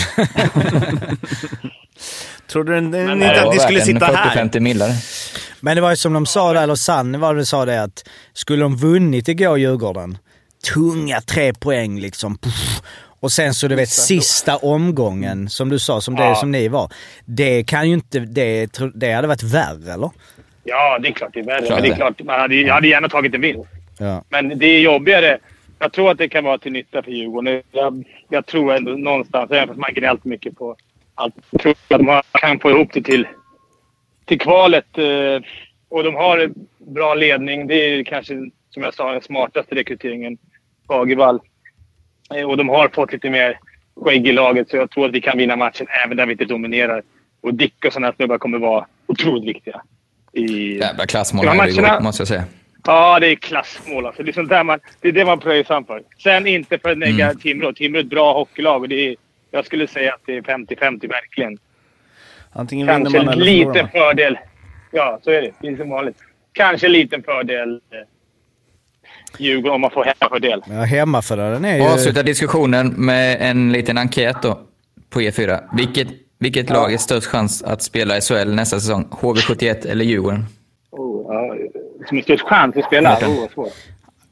Trodde du inte att ni skulle sitta här? fyrtio femtio millar. Men det var ju som de sa där, eller Sanne var det sa det att skulle de vunnit igår Djurgården, tunga tre poäng liksom, puff. Och sen så du vet sista omgången som du sa, som det ja. som ni var, det kan ju inte, det, det hade varit värre, eller? Ja, det är klart det är värre, klart men det är klart, man hade, jag hade gärna tagit en vinst. Ja. Men det är jobbigare. Jag tror att det kan vara till nytta för Djurgården. Jag, jag tror ändå någonstans, även fast man gnällt mycket på allt, jag tror att man kan få ihop det till, till kvalet. Eh, och de har bra ledning. Det är kanske, som jag sa, den smartaste rekryteringen. Fagervall. Eh, och de har fått lite mer skägg i laget, så jag tror att vi kan vinna matchen även där vi inte dominerar. Och Dick och sådana här snubbar kommer vara otroligt viktiga. I, jävla klassmål här igår, måste jag säga. Ja, det är klassmål. Alltså. Det, är sånt där man, det är det man plöjer framför. Sen inte för att negga mm. Timrå. Timrå är ett bra hockeylag. Och det är, jag skulle säga att det är femtio femtio verkligen. Antingen kanske vinner man en liten fördel. Ja, så är det. Det är som vanligt. Kanske en liten fördel Djurgården om man får hemmafördel. Ja, hemmafördelen är ju... Avsluta diskussionen med en liten enkät då på E fyra. Vilket, vilket lag är störst chans att spela i S H L nästa säsong? H V sjuttioett eller Djurgården? Oh, ja, som är störst chans att spela? Oh, vad svårt.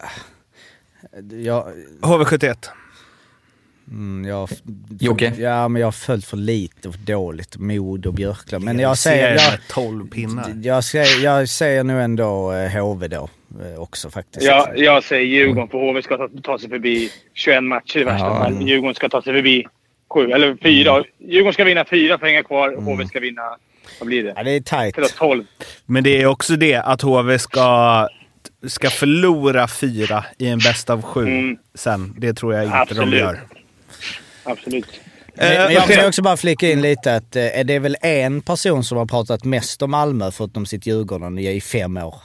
Ja, H V sjuttioett. Mm, jag, Jocke? Ja, men jag har följt för lite och för dåligt Mod och Björklund. Men jag säger, jag, tolv pinnar. Jag säger, jag säger nu ändå H V då också faktiskt. Ja, jag säger Djurgården, för H V ska ta, ta sig förbi tjugoett matcher i värsta ja. fall. Djurgården ska ta sig förbi sju, eller fyra. Mm. Djurgården ska vinna fyra poäng kvar, mm. H V ska vinna, vad blir det? Ja, det är tajt. Eller tolv. Men det är också det att H V ska, ska förlora fyra i en bäst av sju mm. sen. Det tror jag inte Absolut. de gör. Absolut. Men, men jag kan också bara flika in lite att är det väl en person som har pratat mest om Malmö förutom sitt Djurgården i fem år?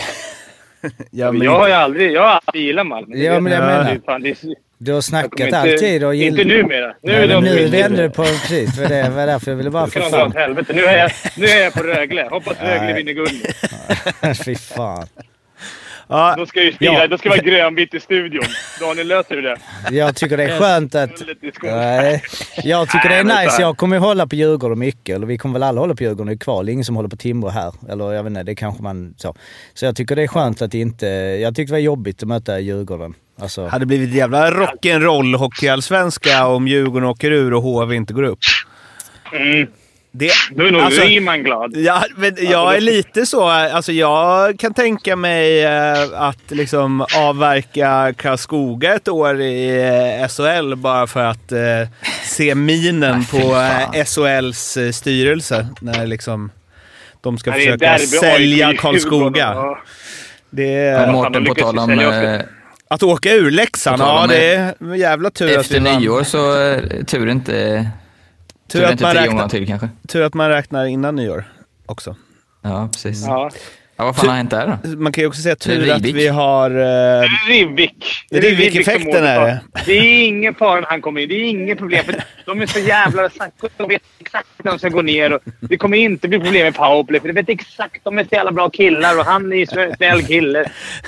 Ja, men jag har ju aldrig, jag har aldrig gillat Malmö. Ja, men jag ja. menar. Fan, det är, du har snackat inte, alltid och gillat. Inte numera. Nu, ja, är det nu vänder du på precis. Vad det var därför jag ville bara få fan. Helvete. Nu är jag, nu är jag på Rögle. Hoppas Rögle vinner guld. Fy fan. Ja, då ska ju spira, ja. Då ska vara grönvitt i studion. Daniel, löser du det? Jag tycker det är skönt att... Nej, jag tycker det är nice. Jag kommer hålla på Djurgården mycket. Eller vi kommer väl alla hålla på Djurgården i kval. Ingen som håller på Timrå här. Eller jag vet inte, det kanske man... Så, så jag tycker det är skönt att inte... Jag tycker det var jobbigt att möta Djurgården. Alltså... Hade blivit jävla rock'n'roll hockeyallsvenska om Djurgården åker ur och H V inte går upp. Mm. Det, då är nog alltså, man glad. Ja, men jag är lite så... Alltså jag kan tänka mig eh, att liksom avverka Karlskoga ett år i eh, S H L bara för att eh, se minen på eh, S H L:s eh, styrelse när liksom de ska Nej, försöka sälja Karlskoga. Ja. Det är... Mårten på tal om... Eh, att åka ur Leksand, ja det är jävla tur. Efter nyår så eh, tur inte... Tur att, man räknar, till, kanske. tur att man räknar innan nyår också. Ja, precis. Ja. Ja, vad fan har hänt där då? Man kan ju också säga tur att vi har... Uh, Rivik. Rivik-effekten är det. Det är ingen fara när han kommer in. Det är inget problem. För de är så jävla sackor. De vet exakt när de ska gå ner. Och det kommer inte bli problem med powerplay. För de vet exakt. De är så jävla bra killar. Och han är ju så snäll kille.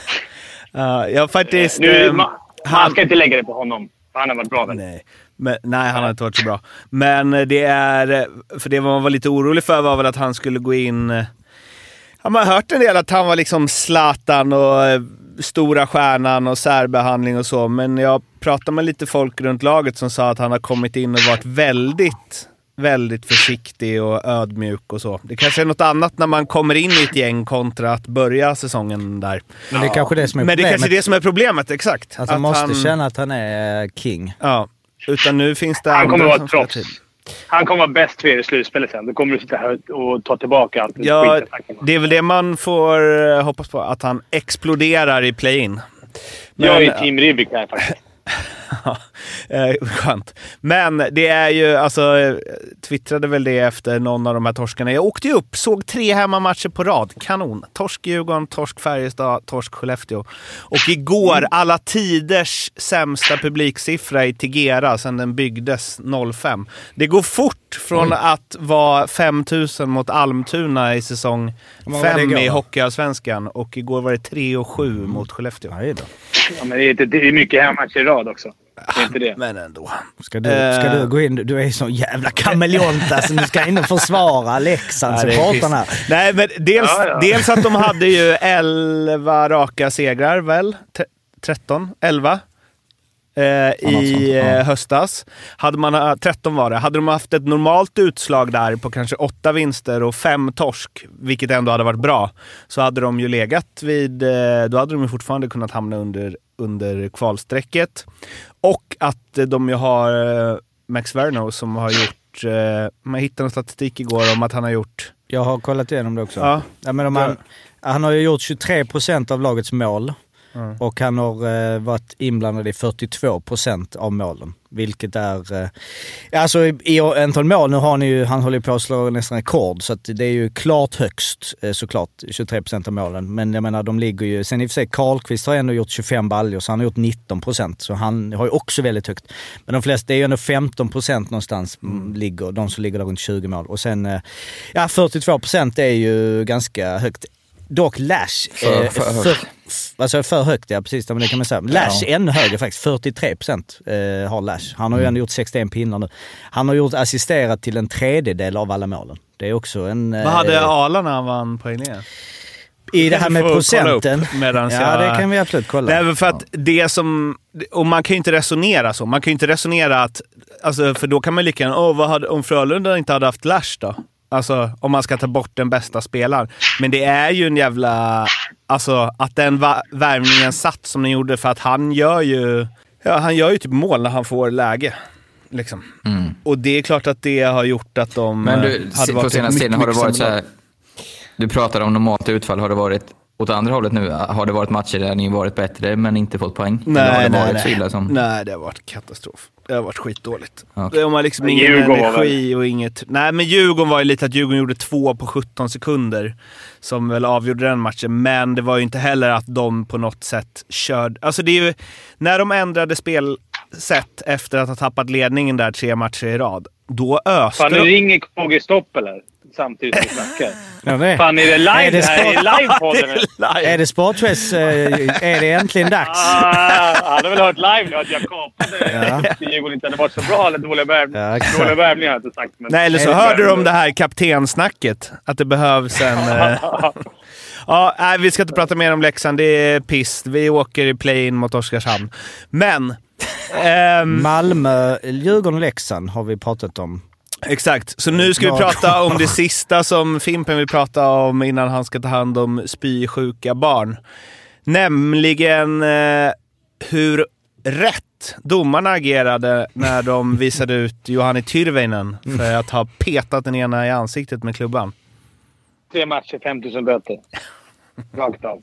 Uh, ja, faktiskt... Nu, um, man, han... man ska inte lägga det på honom. Han har varit bra väl? Nej. Men, nej, han har inte varit så bra. Men det är... För det man var lite orolig för var väl att han skulle gå in... Ja, man har hört en del att han var liksom Zlatan och stora stjärnan och särbehandling och så. Men jag pratade med lite folk runt laget som sa att han har kommit in och varit väldigt... väldigt försiktig och ödmjuk och så. Det kanske är något annat när man kommer in i ett gäng kontra att börja säsongen där. Men det är kanske det som är Men problemet. det är kanske det som är problemet, exakt. Att, att han måste han... känna att han är king. Ja, utan nu finns det... Han kommer vara ett proffs. Han kommer vara bäst för er i slutspelet sen. Då kommer du sitta här och ta tillbaka allt. Ja, det är väl det man får hoppas på. Att han exploderar i play-in. Men, jag är team Rivik här faktiskt. Ja, eh, skönt. Men det är ju, alltså, twittrade väl det efter någon av de här torskarna. Jag åkte ju upp, såg tre hemmamatcher på rad. Kanon. Torsk Djurgården, torsk Färjestad, torsk Skellefteå. Och igår, alla tiders sämsta publiksiffra i Tigera sedan den byggdes noll fem. Det går fort från Oj. att vara fem tusen mot Almtuna i säsong fem i Hockeyallsvenskan. Och igår var det tre och sju mm. mot Skellefteå. Ja, då. Ja, men det är, det är mycket hemmamatcher i rad också. Det är inte det. Men ändå. Ska du, ska du gå in? Du är så jävla kameleont alltså. Du ska in och försvara Leksand supportarna. Nej, men dels, ja, ja. dels att de hade ju elva raka segrar väl? tretton, elva eh, i ja. höstas. Hade man, tretton var det. Hade de haft ett normalt utslag där på kanske åtta vinster och fem torsk, vilket ändå hade varit bra, så hade de ju legat vid, då hade de ju fortfarande kunnat hamna under under kvalsträcket. Och att de ju har Max Werner som har gjort, man hittade en statistik igår om att han har gjort... Jag har kollat igenom det också. Ja. Ja, men om han, han har ju gjort tjugotre procent av lagets mål. Mm. Och han har eh, varit inblandad i fyrtiotvå procent av målen. Vilket är... Eh, alltså i, i antal mål, nu har han ju, han håller på att slå nästan rekord. Så att det är ju klart högst, eh, såklart, tjugotre procent av målen. Men jag menar, de ligger ju... Sen i och för sig, Karlqvist har ändå gjort tjugofem baljor, så han har gjort nitton procent. Så han har ju också väldigt högt. Men de flesta, det är ju ändå femton procent någonstans, mm. ligger, de som ligger där runt tjugo mål. Och sen, eh, ja, fyrtiotvå procent är ju ganska högt. Dock Lash För- eh, för högt. för, alltså för högt, ja precis, men det kan man säga. Lash är ännu högre faktiskt, fyrtiotre procent eh, har Lash. Han har ju ändå gjort sextioen pinnar nu. Han har gjort assisterat till en tredjedel av alla målen. Det är också en... Vad hade Ala när han vann poängen? I det här med procenten. Ja, ja, det kan vi absolut kolla. Nej, för att det som... Och man kan ju inte resonera så. Man kan ju inte resonera att... Alltså, för då kan man lika gärna... Åh, vad hade, om Frölunda inte hade haft Lash då? Alltså, om man ska ta bort den bästa spelaren. Men det är ju en jävla... Alltså, att den va- värvningen satt som den gjorde, för att han gör ju... Ja, han gör ju typ mål när han får läge. Liksom. Mm. Och det är klart att det har gjort att de... Men du, hade på varit senaste mycket, tiden har det mycket varit så sämre. här... Du pratar om normalt utfall. Har det varit åt andra hållet nu? Har det varit matcher där ni varit bättre men inte fått poäng? Eller har Nej, det nej, varit så illa nej. som... nej, det har varit katastrof. Det har varit skitdåligt. Okay. De har liksom Men ingen Djurgården var energi och inget... Nej, men Djurgården var ju lite att Djurgården gjorde två på sjutton sekunder som väl avgjorde den matchen. Men det var ju inte heller att de på något sätt körde... Alltså det är ju... När de ändrade spelsätt efter att ha tappat ledningen där tre matcher i rad, då öste Fan, nu de... ringer K G Stopp eller? Samtidigt som vi snackar. Ja, det. Fan, är det live Är det här? Är det livepodden? Är det Sportfest? eh, Är det äntligen dags? Ah, jag hade väl hört live nu att jag kapade. Det Djurgården inte hade varit så bra eller dåliga värvningar. Ja, exakt. Dåliga värvningar har jag inte sagt. Men... Nej, eller så hörde de det här kaptensnacket. Att det behövs en... eh... Ja, nej, vi ska inte prata mer om Leksand. Det är piss. Vi åker i play-in mot Oskarshamn. Men... ehm, Malmö, Djurgården och Leksand har vi pratat om. Exakt. Så nu ska vi prata om det sista som Fimpen vill prata om innan han ska ta hand om spysjuka barn. Nämligen eh, hur rätt domarna agerade när de visade ut Juhani Tyrväinen för att ha petat den ena i ansiktet med klubban. Tre matcher, femtusen böter. Rakt av.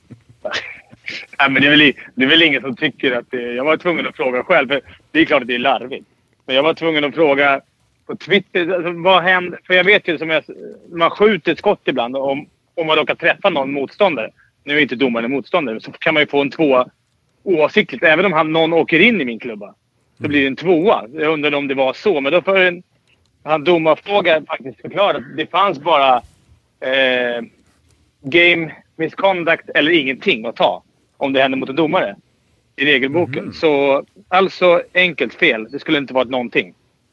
Nej, men det är, väl, det är väl ingen som tycker att det... Jag var tvungen att fråga själv, för det är klart att det är larvigt. Men jag var tvungen att fråga på Twitter, alltså, vad händer? För jag vet ju som jag, man skjuter ett skott ibland om, om man råkar träffa någon motståndare. Nu är inte domaren motståndare, så kan man ju få en tvåa oavsiktligt. Även om han, någon åker in i min klubba, så blir det en tvåa. Jag undrar om det var så, men då får en han domarfråga faktiskt förklara att det fanns bara eh, game misconduct eller ingenting att ta om det händer mot en domare i regelboken. Mm. Så alltså enkelt fel. Det skulle inte varit någonting.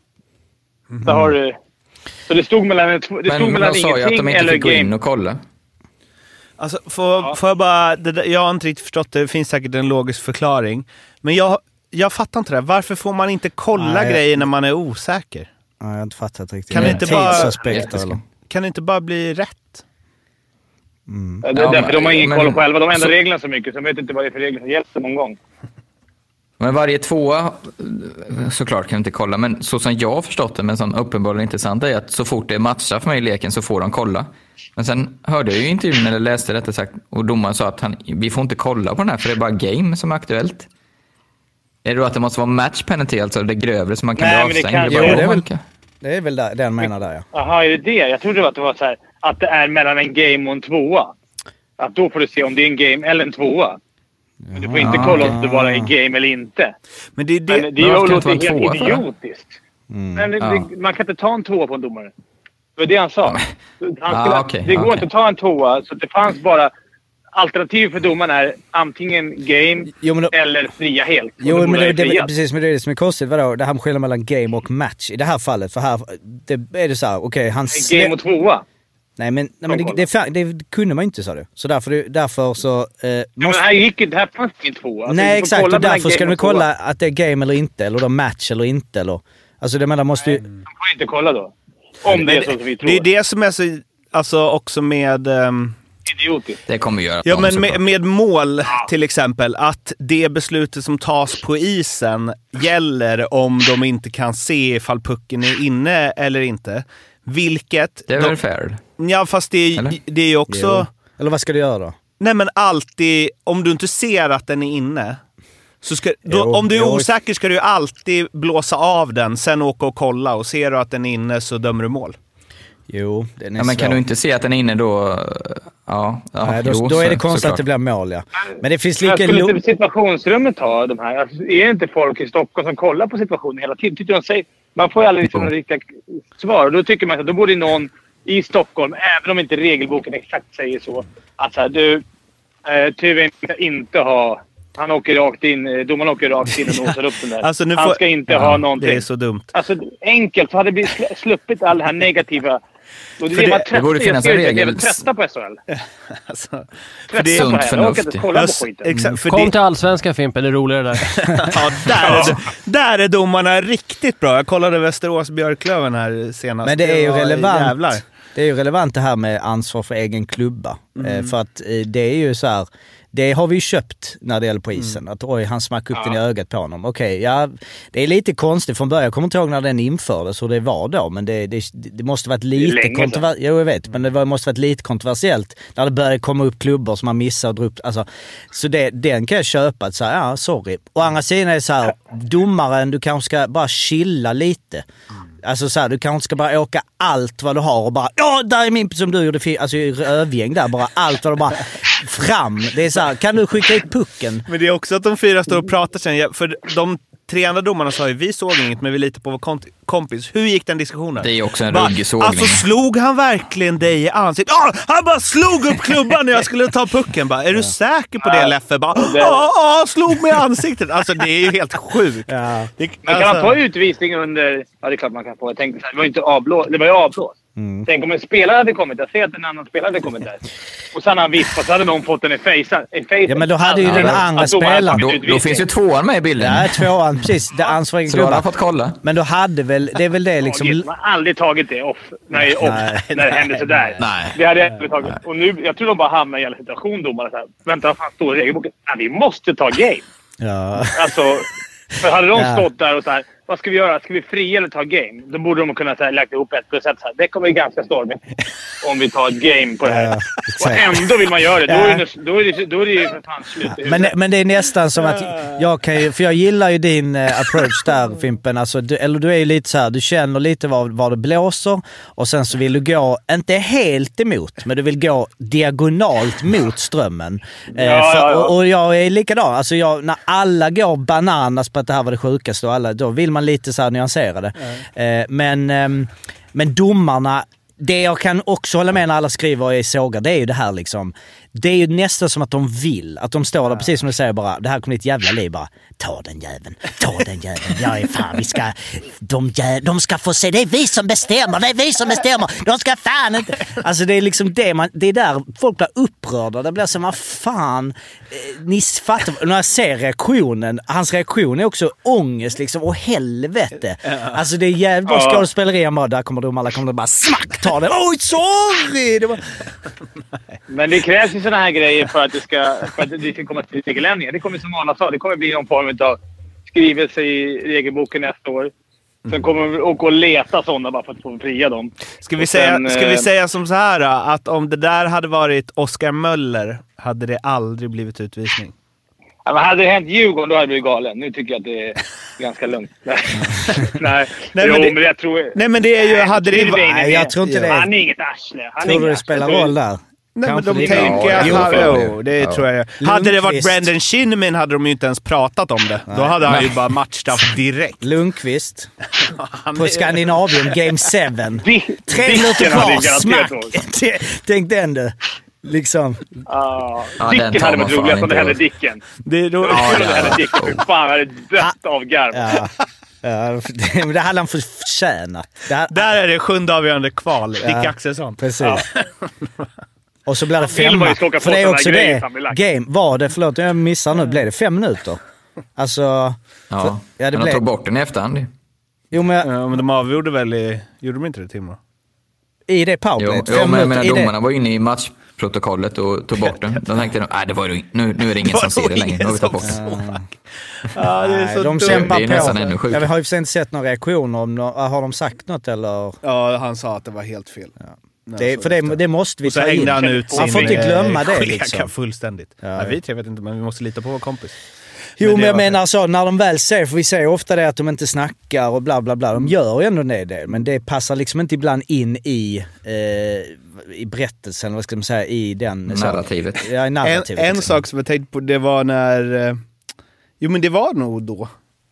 Mm. Så, har du, så det stod mellan, det stod men mellan de sa ju att de inte fick gå in och kolla. Alltså, får, ja. får jag bara... Det där, jag har inte riktigt förstått det. Det finns säkert en logisk förklaring. Men jag, jag fattar inte det. Varför får man inte kolla Nej, grejer när man är osäker? Nej, jag har inte fattat riktigt. Kan det inte bara, eller? Kan det inte bara bli rätt? Mm. Det är ja, därför de har ingen men, koll själva. De ändrar så, reglerna så mycket så de vet inte vad det är för regler som hjälper någon gång. Men varje tvåa, såklart kan jag inte kolla, men så som jag har förstått det, men som uppenbarligen intressant är att så fort det är matcher för mig i leken så får de kolla. Men sen hörde jag ju intervjun eller läste rätt sagt och domaren sa att han, vi får inte kolla på den här för det är bara game som är aktuellt. Är det då att det måste vara match penalty, alltså det grövre som man kan Nej, bli avstängd? Det, det, det, är väl, det är väl där, den menar där, ja. Jaha, är det det? Jag trodde att det var så här, att det är mellan en game och en tvåa. Att då får du se om det är en game eller en tvåa. Men du får inte kolla om det bara är game eller inte. Men det, det, Men det är ju låter helt idiotiskt. Mm. Men det, ja. det, man kan inte ta en tvåa på en domare. Det var det han sa. Han skulle, ah, okay, det går okay. inte att ta en tvåa, så det fanns bara... Alternativ för domaren är antingen game jo, då, eller fria helt. Jo, men det, det, precis, men det är det som är konstigt. Vadå? Det här med skillnad mellan game och match i det här fallet. För här det, är det så här, okej, okay, han... Slä... Game och tvåa. Nej, men, nej, men det, det, det, det kunde man inte, sa du. Så därför, därför så... Eh, ja, måste... men här gick det, här fanns ingen tvåa. Alltså, nej, exakt. Och därför ska du kolla tvåa. att det är game eller inte. Eller då match eller inte. Eller, alltså det menar måste ju... Man får inte kolla då. Om det är så som vi tror. Det är det som är så... Alltså också med... Um... Idiotiskt. Det kommer göra ja, men med, med mål till exempel, att det beslutet som tas på isen gäller om de inte kan se ifall pucken är inne eller inte. Vilket... Det är väl de, fair? Ja, fast det är, det är ju också... Jo. Eller vad ska du göra då? Nej, men alltid... Om du inte ser att den är inne... Så ska, då, jo, om du är jo. osäker ska du alltid blåsa av den, sen åka och kolla. Och ser du att den är inne så dömer du mål. Jo, den är ja, men kan du inte se att den är inne då... Ja, ja, Nej, då, jo, då är det så, konstigt såklart. att det blir mål, ja. Men det finns lika... Jag skulle inte situationsrummet ha de här. Alltså, är det inte folk i Stockholm som kollar på situationen hela tiden? Tycker de säger, man får ju aldrig liksom riktiga svar. Och då tycker man att då borde någon i Stockholm, även om inte regelboken exakt säger så. Att så här, du, eh, Tuvin ska inte ha... Han åker rakt in, domaren åker rakt in och nosar upp den där. Alltså, nu han får... ska inte ja, ha någonting. Det är så dumt. Alltså enkelt, så hade det blivit sluppit all det här negativa. Och det, det, det, det borde finnas en regel. Jag är trötta på S H L. Alltså, för det är sunt förnuft. Jag kolla på skiten. Exakt, för Kom det... till Allsvenskan, Fimpen. Det är roligare där. Ja, där är, där är domarna riktigt bra. Jag kollade Västerås-Björklöven här senast. Men det är ju det relevant. Jävlar. Det är ju relevant det här med ansvar för egen klubba. Mm. För att det är ju så här, det har vi ju köpt när det gäller på isen. Mm. Att oj, han smackade upp ja. den i ögat på honom. Okej, okay, ja, det är lite konstigt från början. Jag kommer inte ihåg när den infördes hur det var då. Men det, det, det måste varit lite kontroversiellt. Jo, jag vet. Men det var, måste varit lite kontroversiellt när det började komma upp klubbor som man missade och drog upp. Alltså, så det, den kan jag köpa. Att säga, ja, sorry. Å andra sidan är det så här, domaren, du kanske ska bara chilla lite. Mm. Alltså så här, du kanske ska bara åka allt vad du har och bara, ja, där är min, som du gjorde, alltså övgäng där, bara allt vad du bara fram. Det är så här, kan du skicka ut pucken? Men det är också att de fyra står och pratar sen, för de tre andra domarna sa ju, vi såg inget men vi litar på vår kompis. Hur gick den diskussionen? Det är också en ruggig sågning. Alltså slog han verkligen dig i ansiktet? Ah, han bara slog upp klubban när jag skulle ta pucken. Bara, är du säker på det, Leffe? Ja, ah, ah, slog mig i ansiktet. Alltså det är ju helt sjukt. Ja. Det, alltså... Men kan man få utvisning under... Ja, det är klart man kan få. Jag tänkte, det var ju inte avblås. Det var ju avblås. Mm. Tänk om en spelare hade kommit där. Säg att en annan spelare hade kommit där. Och sen han vispat så hade någon fått den i fejsen. Ja, men då hade ju ja, den andra spelaren... Då, då finns ju tvåan med i bilden. Ja, tvåan, precis. Det ansvariga så då har han fått kolla. Men då hade väl... Det är väl det liksom... Man har aldrig tagit det off. Nej, off. Nej, när det hände sådär. Nej. Det hade jag aldrig tagit. Och nu, jag tror de bara hamnar i en situation, domare. Så här, vänta, vad fan står i regelboken? Nej, vi måste ta game. Ja. Alltså... För hade de ja. stått där och så här, vad ska vi göra? Ska vi fria eller ta game? Då borde de kunna lägga ihop ett plus ett. Så här. Det kommer ju ganska stormigt om vi tar ett game på det här. Ja, och ändå vill man göra det. Då är det, då är det, då är det ju för fan slut. Men, men det är nästan som att jag kan ju, för jag gillar ju din uh, approach där, Fimpen. Alltså, du, eller du är ju lite så här, du känner lite var, var det blåser och sen så vill du gå, inte helt emot, men du vill gå diagonalt mot strömmen. Uh, ja, för, ja, ja. Och, och jag är likadan. Alltså jag, när alla går bananas på att det här var det sjukaste och alla, då vill man lite så här nyanserade. Mm. Uh, men, um, men domarna, det jag kan också hålla med när alla skriver i sågar, det är ju det här liksom. Det är ju nästan som att de vill. Att de står där, precis som du säger, bara, det här kommer ett jävla liv, bara, ta den jäveln, ta den jäveln. Ja, är fan, vi ska, de, jä, de ska få se, det är vi som bestämmer, det är vi som bestämmer. De ska fan inte. Alltså det är liksom det, man, det är där folk blir upprörda. Det blir som, vad fan, ni fattar, när jag ser reaktionen, hans reaktion är också ångest liksom, och helvete. Alltså det är jävligt bra skådespeleri, bara, där kommer de alla, kommer de bara smack, ta den. Oj, sorry! Det var... Men det krävs ju sådana här grejer för att det ska, för att det ska komma till regeländringar. Det kommer, som alla sa, det kommer bli någon form av skrivelse i regelboken nästa år. Sen kommer vi åka och leta sådana bara för att få fria dem. Ska vi, säga, sen, ska vi säga som så här att om det där hade varit Oskar Möller hade det aldrig blivit utvisning? Ja, men hade det hänt Djurgården då hade det blivit galen. Nu tycker jag att det är ganska lugnt. nej, nej, nej, jo, men, det, men jag tror... Nej, men det är ju... Hade det, nej, jag tror inte det. Han är inget arsle. Han tror du det spelar roll där? Nej, kanske men de tänker ja, att... jo, Hallå, det ja. tror jag. Lundqvist. Hade det varit Brandon Shinnimin hade de ju inte ens pratat om det. Nej. Då hade han Nej. ju bara matchstraff direkt. Lundqvist. På Skandinavien, Game seven. Tre minuter kvar, smack! Tänk den du. Liksom. Ja, uh, Dicken hade varit roligast om det hände Dicken. Det är då... Ja, det hände Dicken. Hur fan hade dött av garv. Ja. Ja, det, det hade han förtjänat. Det Där är det sjunde avgörande kval. Ja, Dick Axelsson. Precis. Ja. Och så blir det femma. För det är också det. Game var det, förlåt jag missar nu, blev det fem minuter? Alltså... Ja, för, ja det men de blev... tog bort den i efterhand. Jo, men... Ja, men de avgjorde väl i... Gjorde de inte det, Timrå? I det powerplay. Jo, jo men, men domarna var inne i matchprotokollet och tog bort den. De tänkte, nej det var ju, nu, nu är det ingen som ser det längre. Nu har vi tagit bort den. Ja, det är så de kämpar det är nästan ännu sjukt. Jag har ju inte sett några reaktioner. Om no- har de sagt något eller? Ja, han sa att det var helt fel. Ja. Det, för det, det måste vi ta in. Han, ut han får inte glömma det liksom. Fullständigt. Ja. Ja, vi tre vet inte, men vi måste lita på vår kompis. Jo, men, men jag menar så, när de väl ser, för vi ser ofta det att de inte snackar och bla bla bla, de gör ju ändå det, men det passar liksom inte ibland in i eh, i berättelsen, vad ska man säga, i den narrativet. Så, ja, i narrativet en, en liksom. sak som jag tänkte på, det var när eh, jo men det var nog då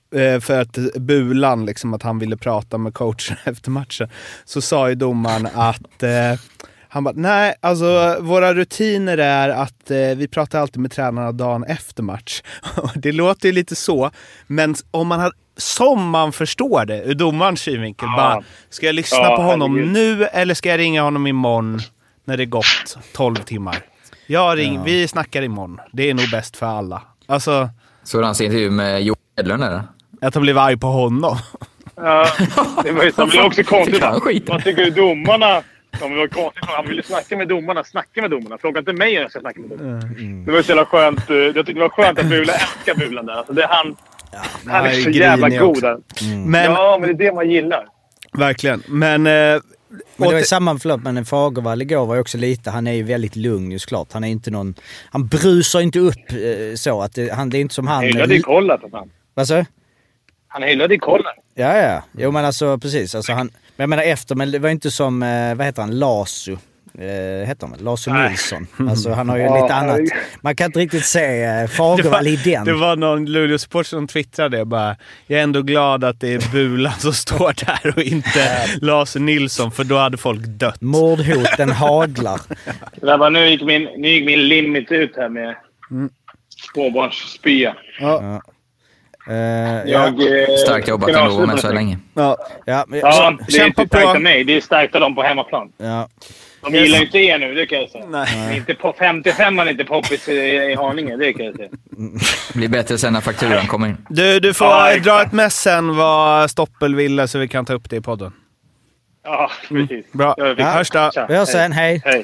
för att Bulan, liksom, att han ville prata med coachen efter matchen, så sa ju domaren att eh, han bara, nej, alltså våra rutiner är att eh, vi pratar alltid med tränarna dagen efter match. Det låter ju lite så, men om man har, som man förstår det ur domarens synvinkel, ja. bara, ska jag lyssna ja, på honom herregud. nu eller ska jag ringa honom imorgon när det gått tolv timmar? Jag ring, ja. Vi snackar imorgon. Det är nog bäst för alla. Alltså, så han ser intervju med Johan Edlund där? Att han blev arg på honom. Ja, det var ju det blev också konstigt. Vad tycker du domarna? De var konstigt. Han ville snacka med domarna. Snacka med domarna. Fråga inte mig om jag ska snacka med domarna. Mm. Det var så jävla skönt. Jag tyckte det var skönt att Bula älskar Bulan där. Alltså det är han, ja, han är så jävla god där. Mm. Men, ja, men det är det man gillar. Verkligen. Men... Eh, Men det var ju samma förlåt, men Fagervall igår var ju också lite, han är ju väldigt lugn just klart. Han är inte någon, han brusar inte upp eh, så att det, han, det är inte som han... Han hyllade i kollar för fan. Vad så? Han hyllade i kollar. Ja, ja. Jo, men alltså precis. Alltså, han, men jag menar efter, men det var inte som, eh, vad heter han, Lasu. Eh, heter han Lasu Nilsson. Alltså han har ju lite annat. Man kan inte riktigt se eh, Fagervall i den. Det var någon Luleå-support som twittrade det bara. Jag är ändå glad att det är Bulan som står där och inte Lasu Nilsson, för då hade folk dött. Mordhoten haglar. Grabbar, nu gick min, nu gick min limit ut här med mm. småbarnsspya. Ja. Ja. Uh, jag, ja. Starkt jobbat ändå med så länge. Ja, ja, men, ja så, det är inte starkt av mig. Det är starkt av dem på hemmaplan. Ja. De gillar ju inte er nu, det kan jag säga. Nej. Inte på femtiofem man inte poppis i, i Haninge, det kan jag säga. Det blir bättre sen när fakturan kommer in. Du, du får ja, dra ett mess sen vad Stoppel ville så vi kan ta upp det i podden. Ja, precis. Mm. Bra. Ja. Hörs då. Vi hörs sen, hej. Hej.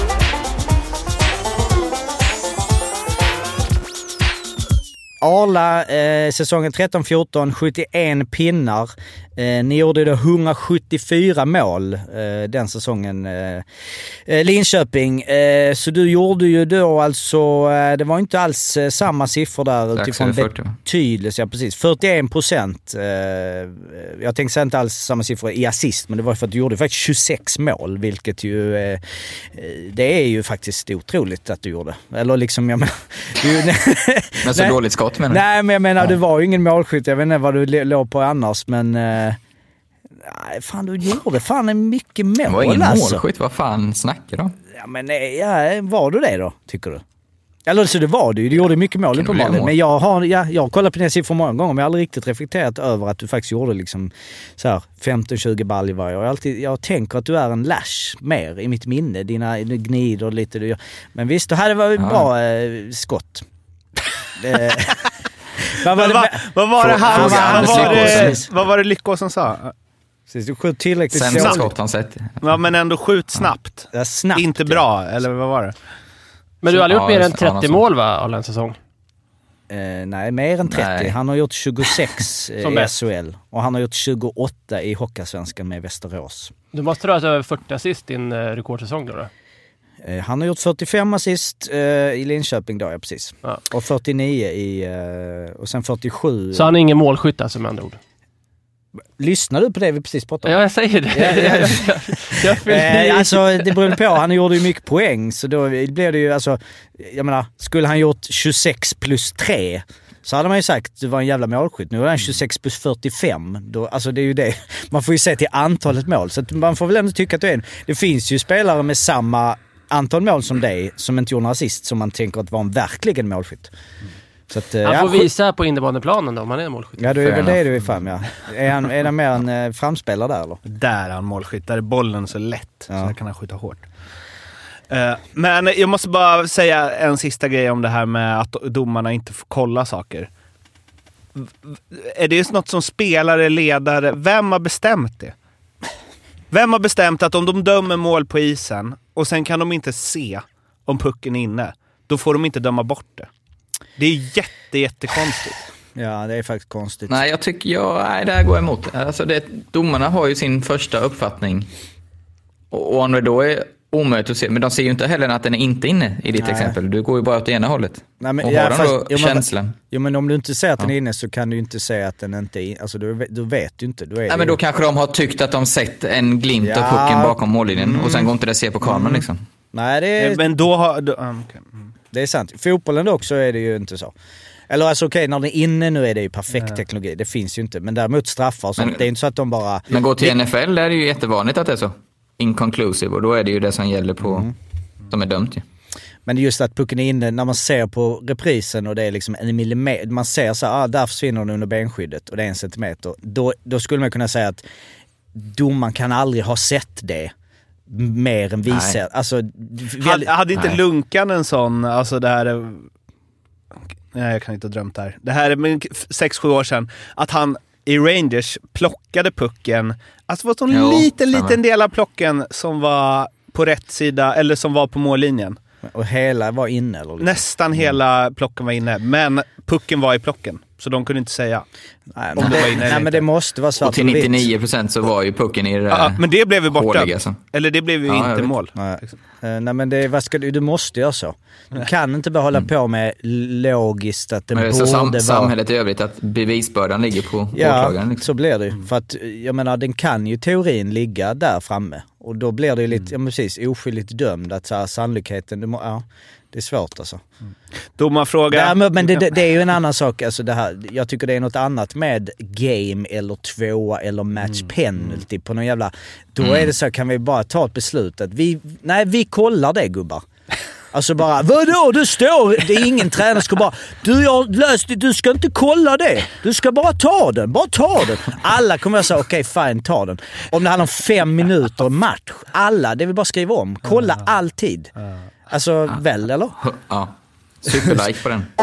Arla, eh, säsongen tretton fjorton, sjuttioen pinnar. Eh, ni gjorde då etthundrasjuttiofyra mål eh, den säsongen. Eh, Linköping. Eh, så du gjorde ju då alltså, eh, det var inte alls eh, samma siffror där utifrån betydelse. Ja, precis. fyrtioen procent. Eh, jag tänkte säga inte alls samma siffror i assist, men det var för att du gjorde faktiskt tjugosex mål, vilket ju, eh, det är ju faktiskt otroligt att du gjorde. Eller liksom, jag menar... Du, men så dåligt skott menar du? Nej, men jag menar, ja. Du var ju ingen målskytt. Jag vet inte vad du låg på annars, men... Eh, nej, fan, du gjorde fan mycket mål. Det var ingen alltså. målskytt, vad fan snackar du? Ja, men ja, var du det då, tycker du? Eller så det var du, du gjorde mycket mål på mål. Men jag har, ja, jag har kollat på dina siffror många gånger, men jag har aldrig riktigt reflekterat över att du faktiskt gjorde liksom så här femton tjugo ball i varje. Jag, alltid, jag tänker att du är en lash mer i mitt minne. Dina gnider lite. Du, men visst, det hade varit ja. bra eh, skott. det, vad, var det, vad, vad var det han vad var det, vad var det Lyckå som sa? Precis, du skjut tillräckligt sämsta skott han sett. Ja, men ändå skjut snabbt. Ja, snabbt inte bra, ja. Eller vad var det? Men du har aldrig gjort ja, mer än trettio mål, va, av en säsong? Eh, nej, mer än trettio. Nej. Han har gjort tjugosex i S H L. Och han har gjort tjugoåtta i Hockeysvenskan med Västerås. Du måste ha över fyrtio assist i din eh, rekordsäsong då, då? Eh, han har gjort fyrtiofem assist eh, i Linköping då, ja precis. Ja. Och fyrtionio i... Eh, och sen fyrtiosju... Så han är ingen målskytt alltså, med andra ord? Lyssnar du på det vi precis pratade om? Ja, jag säger det. Ja, ja, ja. jag eh, alltså, det beror på. Han gjorde ju mycket poäng, så då blev det ju, alltså, jag menar, skulle han gjort tjugosex plus tre så hade man ju sagt att det var en jävla målskytt. Nu är han tjugosex plus fyrtiofem. Då, alltså det är ju det. Man får ju se till antalet mål. Så att man får väl ändå tycka att det är en. Det finns ju spelare med samma antal mål som dig som inte gjorde några assist som man tänker att var en verkligen målskytt. Så att, han ja, får visa på innebandyplanen då om han är en målskytt. Ja, det är väl det du är fram, ja. Är han, är han mer en eh, framspelare där eller? Där är han målskytt. Där är bollen så lätt. Ja. Så där kan han skjuta hårt. Uh, men jag måste bara säga en sista grej om det här med att domarna inte får kolla saker. Är det något som spelare, ledare, vem har bestämt det? Vem har bestämt att om de dömer mål på isen och sen kan de inte se om pucken är inne, då får de inte döma bort det? Det är jätte, jättekonstigt. Ja, det är faktiskt konstigt. Nej, jag tycker jag, nej, det här går emot. Alltså det, domarna har ju sin första uppfattning. Och, och om det då är omöjligt att se, men de ser ju inte heller att den är inte inne i ditt nej. exempel. Du går ju bara åt det ena hållet. Nej, men, och ja, har de fast, då jo, känslan? Jo, men om du inte ser att den är inne så kan du inte säga att den inte är inne. Alltså, du, du vet ju inte. Du är nej, men då kanske de har tyckt att de sett en glimt ja. av pucken bakom mållinjen mm. och sen går inte det att se på kameran mm. liksom. Nej, det är... Men då har... Då, um, okay. mm. Det är sant. Fotbollen också är det ju inte så. Eller alltså okej, okay, när den är inne nu är det ju perfekt ja. teknologi. Det finns ju inte. Men däremot straffar och sånt. Men, det är inte så att de bara... Men gå till N F L, där är det ju jättevanligt att det är så. Inconclusive. Och då är det ju det som gäller på... Mm. Som är dömt ju. Men just att pucken är inne, när man ser på reprisen och det är liksom en millimeter, man ser så här, ah, där försvinner den under benskyddet och det är en centimeter. Då, då skulle man kunna säga att domaren kan aldrig ha sett det mer än vi ser. Alltså, väldigt... hade, hade inte Nej. Lunkan en sån, alltså det här är... Nej, jag kan inte ha drömt det här. Det här är sex sju år sedan, att han i Rangers plockade pucken. Alltså det var en jo, liten, samma. liten del av plocken som var på rätt sida, eller som var på mållinjen. Och hela var inne? Eller liksom? Nästan hela plocken var inne, men pucken var i plocken. Så de kunde inte säga nej, men, det, det nej, men det måste vara svart. Och till nittionio procent så var ju pucken i det ja, men det blev ju borta. Håliga, så. Eller det blev ju ja, inte mål. Nej, uh, nej men det, vad ska du, du måste göra så. Du kan inte bara hålla mm. på med logiskt att det, men det borde sam- vara... Samhället i övrigt, att bevisbördan ligger på ja, åklagaren. Liksom. Så blir det ju. För att, jag menar, den kan ju teorin ligga där framme. Och då blir det ju lite, mm. ja precis, oskyldigt dömd. Att så här, sannolikheten, du må, ja, det är svårt alltså. Mm. Domarfråga. Ja, men men det, det, det är ju en annan sak. Alltså det här, jag tycker det är något annat med game eller tvåa eller match mm. penalty på någon jävla... Då mm. är det så, kan vi bara ta ett beslut att vi... Nej, vi kollar det, gubbar. Alltså bara, vadå? Du står... Det är ingen tränare ska bara... Du, jag löst det. Du ska inte kolla det. Du ska bara ta den. Bara ta den. Alla kommer att säga, okej, okay, fine, ta den. Om det handlar om fem minuter match. Alla, det vill bara skriva om. Kolla alltid. Alltså, ja. väl, eller? Ja. Superlike på den.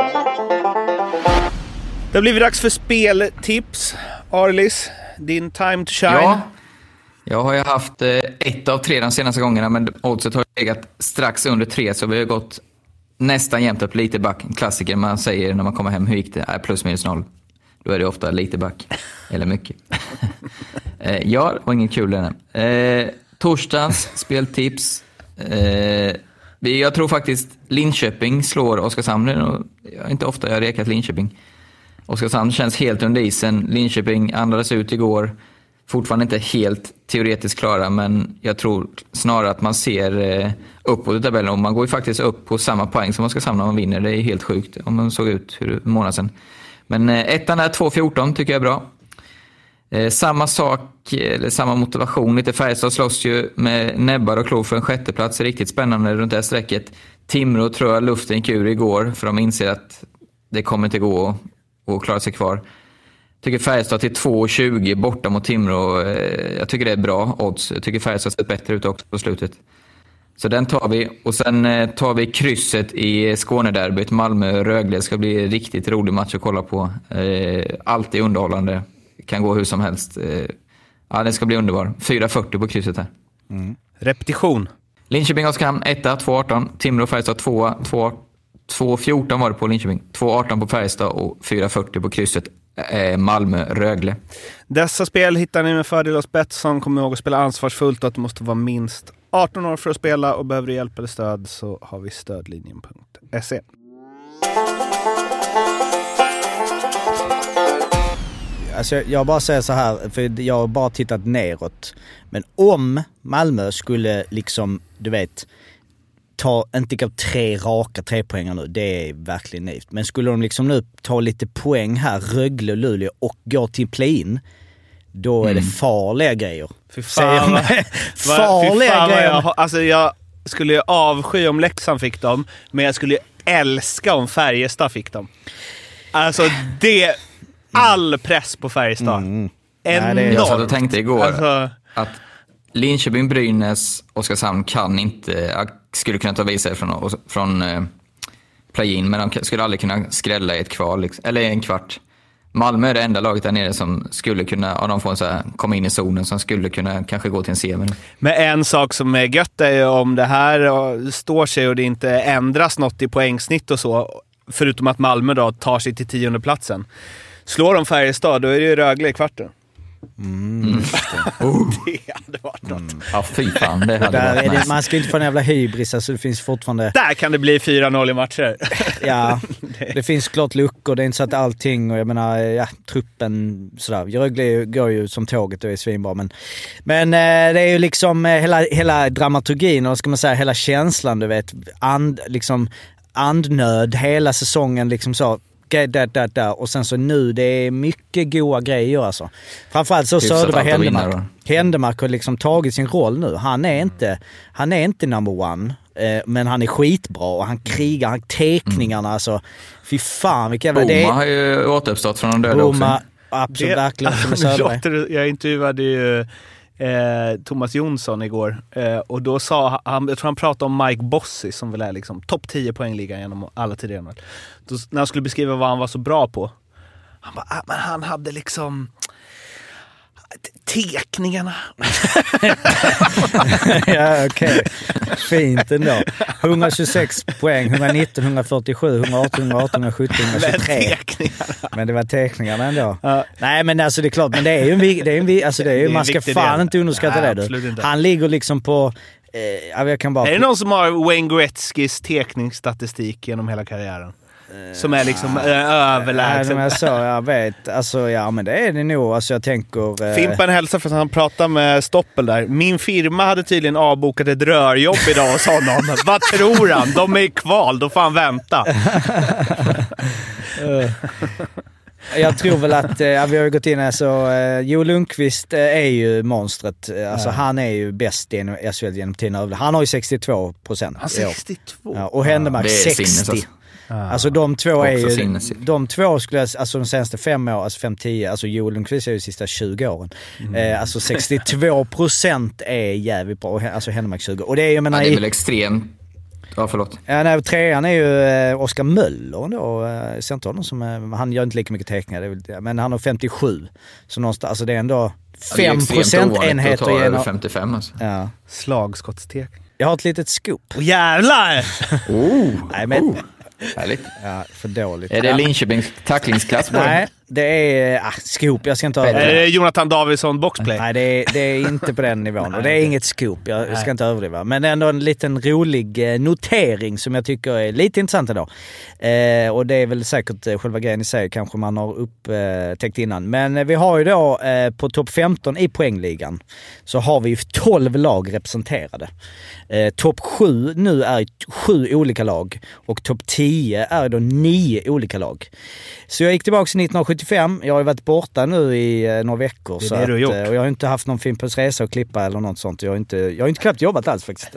Det har blivit dags för speltips. Arlis, din time to shine. Ja. Jag har ju haft eh, ett av tre de senaste gångerna, men oddset har legat strax under tre, så vi har gått nästan jämnt upp, lite back. En klassiker man säger när man kommer hem, hur gick det? Äh, plus minus noll. Då är det ofta lite back. Eller mycket. eh, ja, det var ingen kul än. Eh, torsdagens speltips. Eh, jag tror faktiskt Linköping slår Oskarshamn. Det är inte ofta jag har rekat Linköping. Oskarshamn känns helt under isen. Linköping andades ut igår. Fortfarande inte helt teoretiskt klara, men jag tror snarare att man ser eh, uppåt i tabellen. Och man går ju faktiskt upp på samma poäng som Oskarshamn när man vinner. Det är helt sjukt om man såg ut hur månaden sedan. Men eh, ettan är två fjorton, tycker jag är bra. Eh, samma sak, eller samma motivation. Lite Färjestad slåss ju med näbbar och klor för en sjätteplats. Riktigt spännande runt det här sträcket. Timrå tror jag luften gick ur igår, för de inser att det kommer inte gå att klara sig kvar. Tycker Färjestad till två tjugo borta mot Timrå. Jag tycker det är bra odds. Jag tycker Färjestad sett bättre ut också på slutet. Så den tar vi. Och sen tar vi krysset i Skånederbyt. Malmö-Rögle ska bli en riktigt rolig match att kolla på. Alltid underhållande. Kan gå hur som helst. Ja, det ska bli underbar. fyra fyrtio på krysset här. Mm. Repetition. Linköping Oskarshamn etta, två arton. Timrå Färjestad två, två fjorton var det på Linköping. två arton på Färjestad och fyra fyrtio på krysset. Malmö-Rögle. Dessa spel hittar ni med fördel hos Betsson. Kom ihåg att spela ansvarsfullt och att du måste vara minst arton år för att spela, och behöver du hjälp eller stöd så har vi stödlinjen punkt se. Alltså jag bara säger så här, för jag har bara tittat neråt. Men om Malmö skulle liksom, du vet, ta, inte gå tre raka trepoängar nu, det är verkligen naivt. Men skulle de liksom nu ta lite poäng här, Rögle och Luleå, och gå till play-in, då är mm. det farliga grejer. Fy fan, vad, farliga fy fan grejer. Jag, alltså jag skulle ju avsky om Leksand fick dem, men jag skulle ju älska om Färjestad fick dem. Alltså det, all press på Färjestad. Mm. Enormt. Nej, jag satt och tänkte igår alltså, att Linköping, Brynäs, Oskarshamn kan inte, skulle kunna ta vid sig från, från eh, play-in, men de skulle aldrig kunna skrälla i ett kval, liksom, eller en kvart. Malmö är det enda laget där nere som skulle kunna, ja, de får så här, komma in i zonen, som skulle kunna kanske gå till en semi. Men en sak som är gött är ju om det här står sig och det inte ändras något i poängsnitt och så, förutom att Malmö då tar sig till tionde platsen. Slår de Färjestad, då är det ju Rögle i kvarten. Mm. Mm. Oh. Det hade varit något. Mm. Ja, fy fan, det hade där varit är det, nice. man ska inte få en jävla hybris, alltså det finns fortfarande... Där kan det bli fyra noll i matcher. Ja, det finns klart luckor, det är inte så att allting, och jag menar, ja, truppen sådär. Rögle går ju som tåget och är svinbra, men, men det är ju liksom hela, hela dramaturgin, och ska man säga, hela känslan, du vet, and, liksom andnöd hela säsongen, liksom så. okej, där, där, där. Och sen så nu, det är mycket goda grejer alltså. Framförallt så Söderberg Händemark. Händemark har liksom tagit sin roll nu. Han är inte, han är inte number one. Men han är skitbra och han krigar, han teckningarna mm. alltså. Fy fan, vilka jävla... Roma har ju återuppstått från de döda Roma, också. Absolut, verkligen som Söderberg. Jag intervjuade ju eh, Thomas Jonsson igår eh, och då sa han, jag tror han pratade om Mike Bossy som väl är liksom topp tio poängligan genom alla tider. Då, när han skulle beskriva vad han var så bra på, han bara, ah, men han hade liksom teckningarna. Ja, okej. Okay. Fint ändå. etthundratjugosex poäng, etthundranitton, etthundrafyrtiosju, etthundraarton, etthundrasjutton, etthundratjugotre. Men det var teckningarna ändå. Ja. Nej, men alltså det är klart, men det är ju en, det är en, alltså det är ju, man ska fan del. Inte underskatta Nej, det. Du. Han ligger liksom på eh, jag kan bara... Är det någon som har Wayne Gretzkys teckningsstatistik genom hela karriären? Som är liksom äh, överlägset. Nej, jag så, jag vet. Alltså, ja, men det är det nog. Alltså, jag tänker... Eh... Fimpen hälsar för att han pratar med Stoppel där. Min firma hade tydligen avbokat ett rörjobb idag hos honom. Vad tror han? De är i kval, då får han vänta. Jag tror väl att, ja, vi har ju gått in här så, eh, Jo Lundqvist eh, är ju monstret. Alltså ja. Han är ju bäst i S H L genom tiden. Han har ju sextiotvå procent. Han sextiotvå? Ja, och Händemark ja, sextio. Alltså. Ah, alltså de två är ju, sinnesigt. De två skulle jag, alltså de senaste fem år, alltså fem tio, alltså Jo Lundqvist är ju de sista tjugo åren. Mm. Eh, alltså sextiotvå procent är jävligt bra, alltså Händemark tjugo. Och det är, jag menar, ja, det är väl extremt. Ja, förlåt. Ja, nej, trean är ju eh, Oskar Möller då, eh, centralen som eh, han gör inte lika mycket teckningar, det är väl, men han har femtiosju. Så någonstans, alltså det är ändå fem procentenheter ja, genom femtiofem alltså. Ja. Slagskottstekning. Jag har ett litet scoop. Åh jävlar! oh, nej, men oh. Härligt. Ja, för dåligt. Är det Linköpings tacklingsklass? Nej, det är ah, scoop. Jag ska inte överdriva. Är det Jonathan Davidsson boxplay? Nej, det är, det är inte på den nivån. Och det är inget scoop. Jag Nej. ska inte överdriva. Men ändå en liten rolig notering som jag tycker är lite intressant idag. Eh, och det är väl säkert själva grejen i sig. Kanske man har upptäckt innan. Men vi har ju då eh, på topp femton i poängligan så har vi ju tolv lag representerade. Eh, topp sju nu är sju olika lag. Och topp tio är då nio olika lag. Så jag gick tillbaka till nittonhundrasjuttiofem. Jag har ju varit borta nu i eh, några veckor. Det är så det att, du har gjort. Och jag har inte haft någon Fimpens resa att klippa eller något sånt. Jag har inte, jag har inte knappt jobbat alls faktiskt.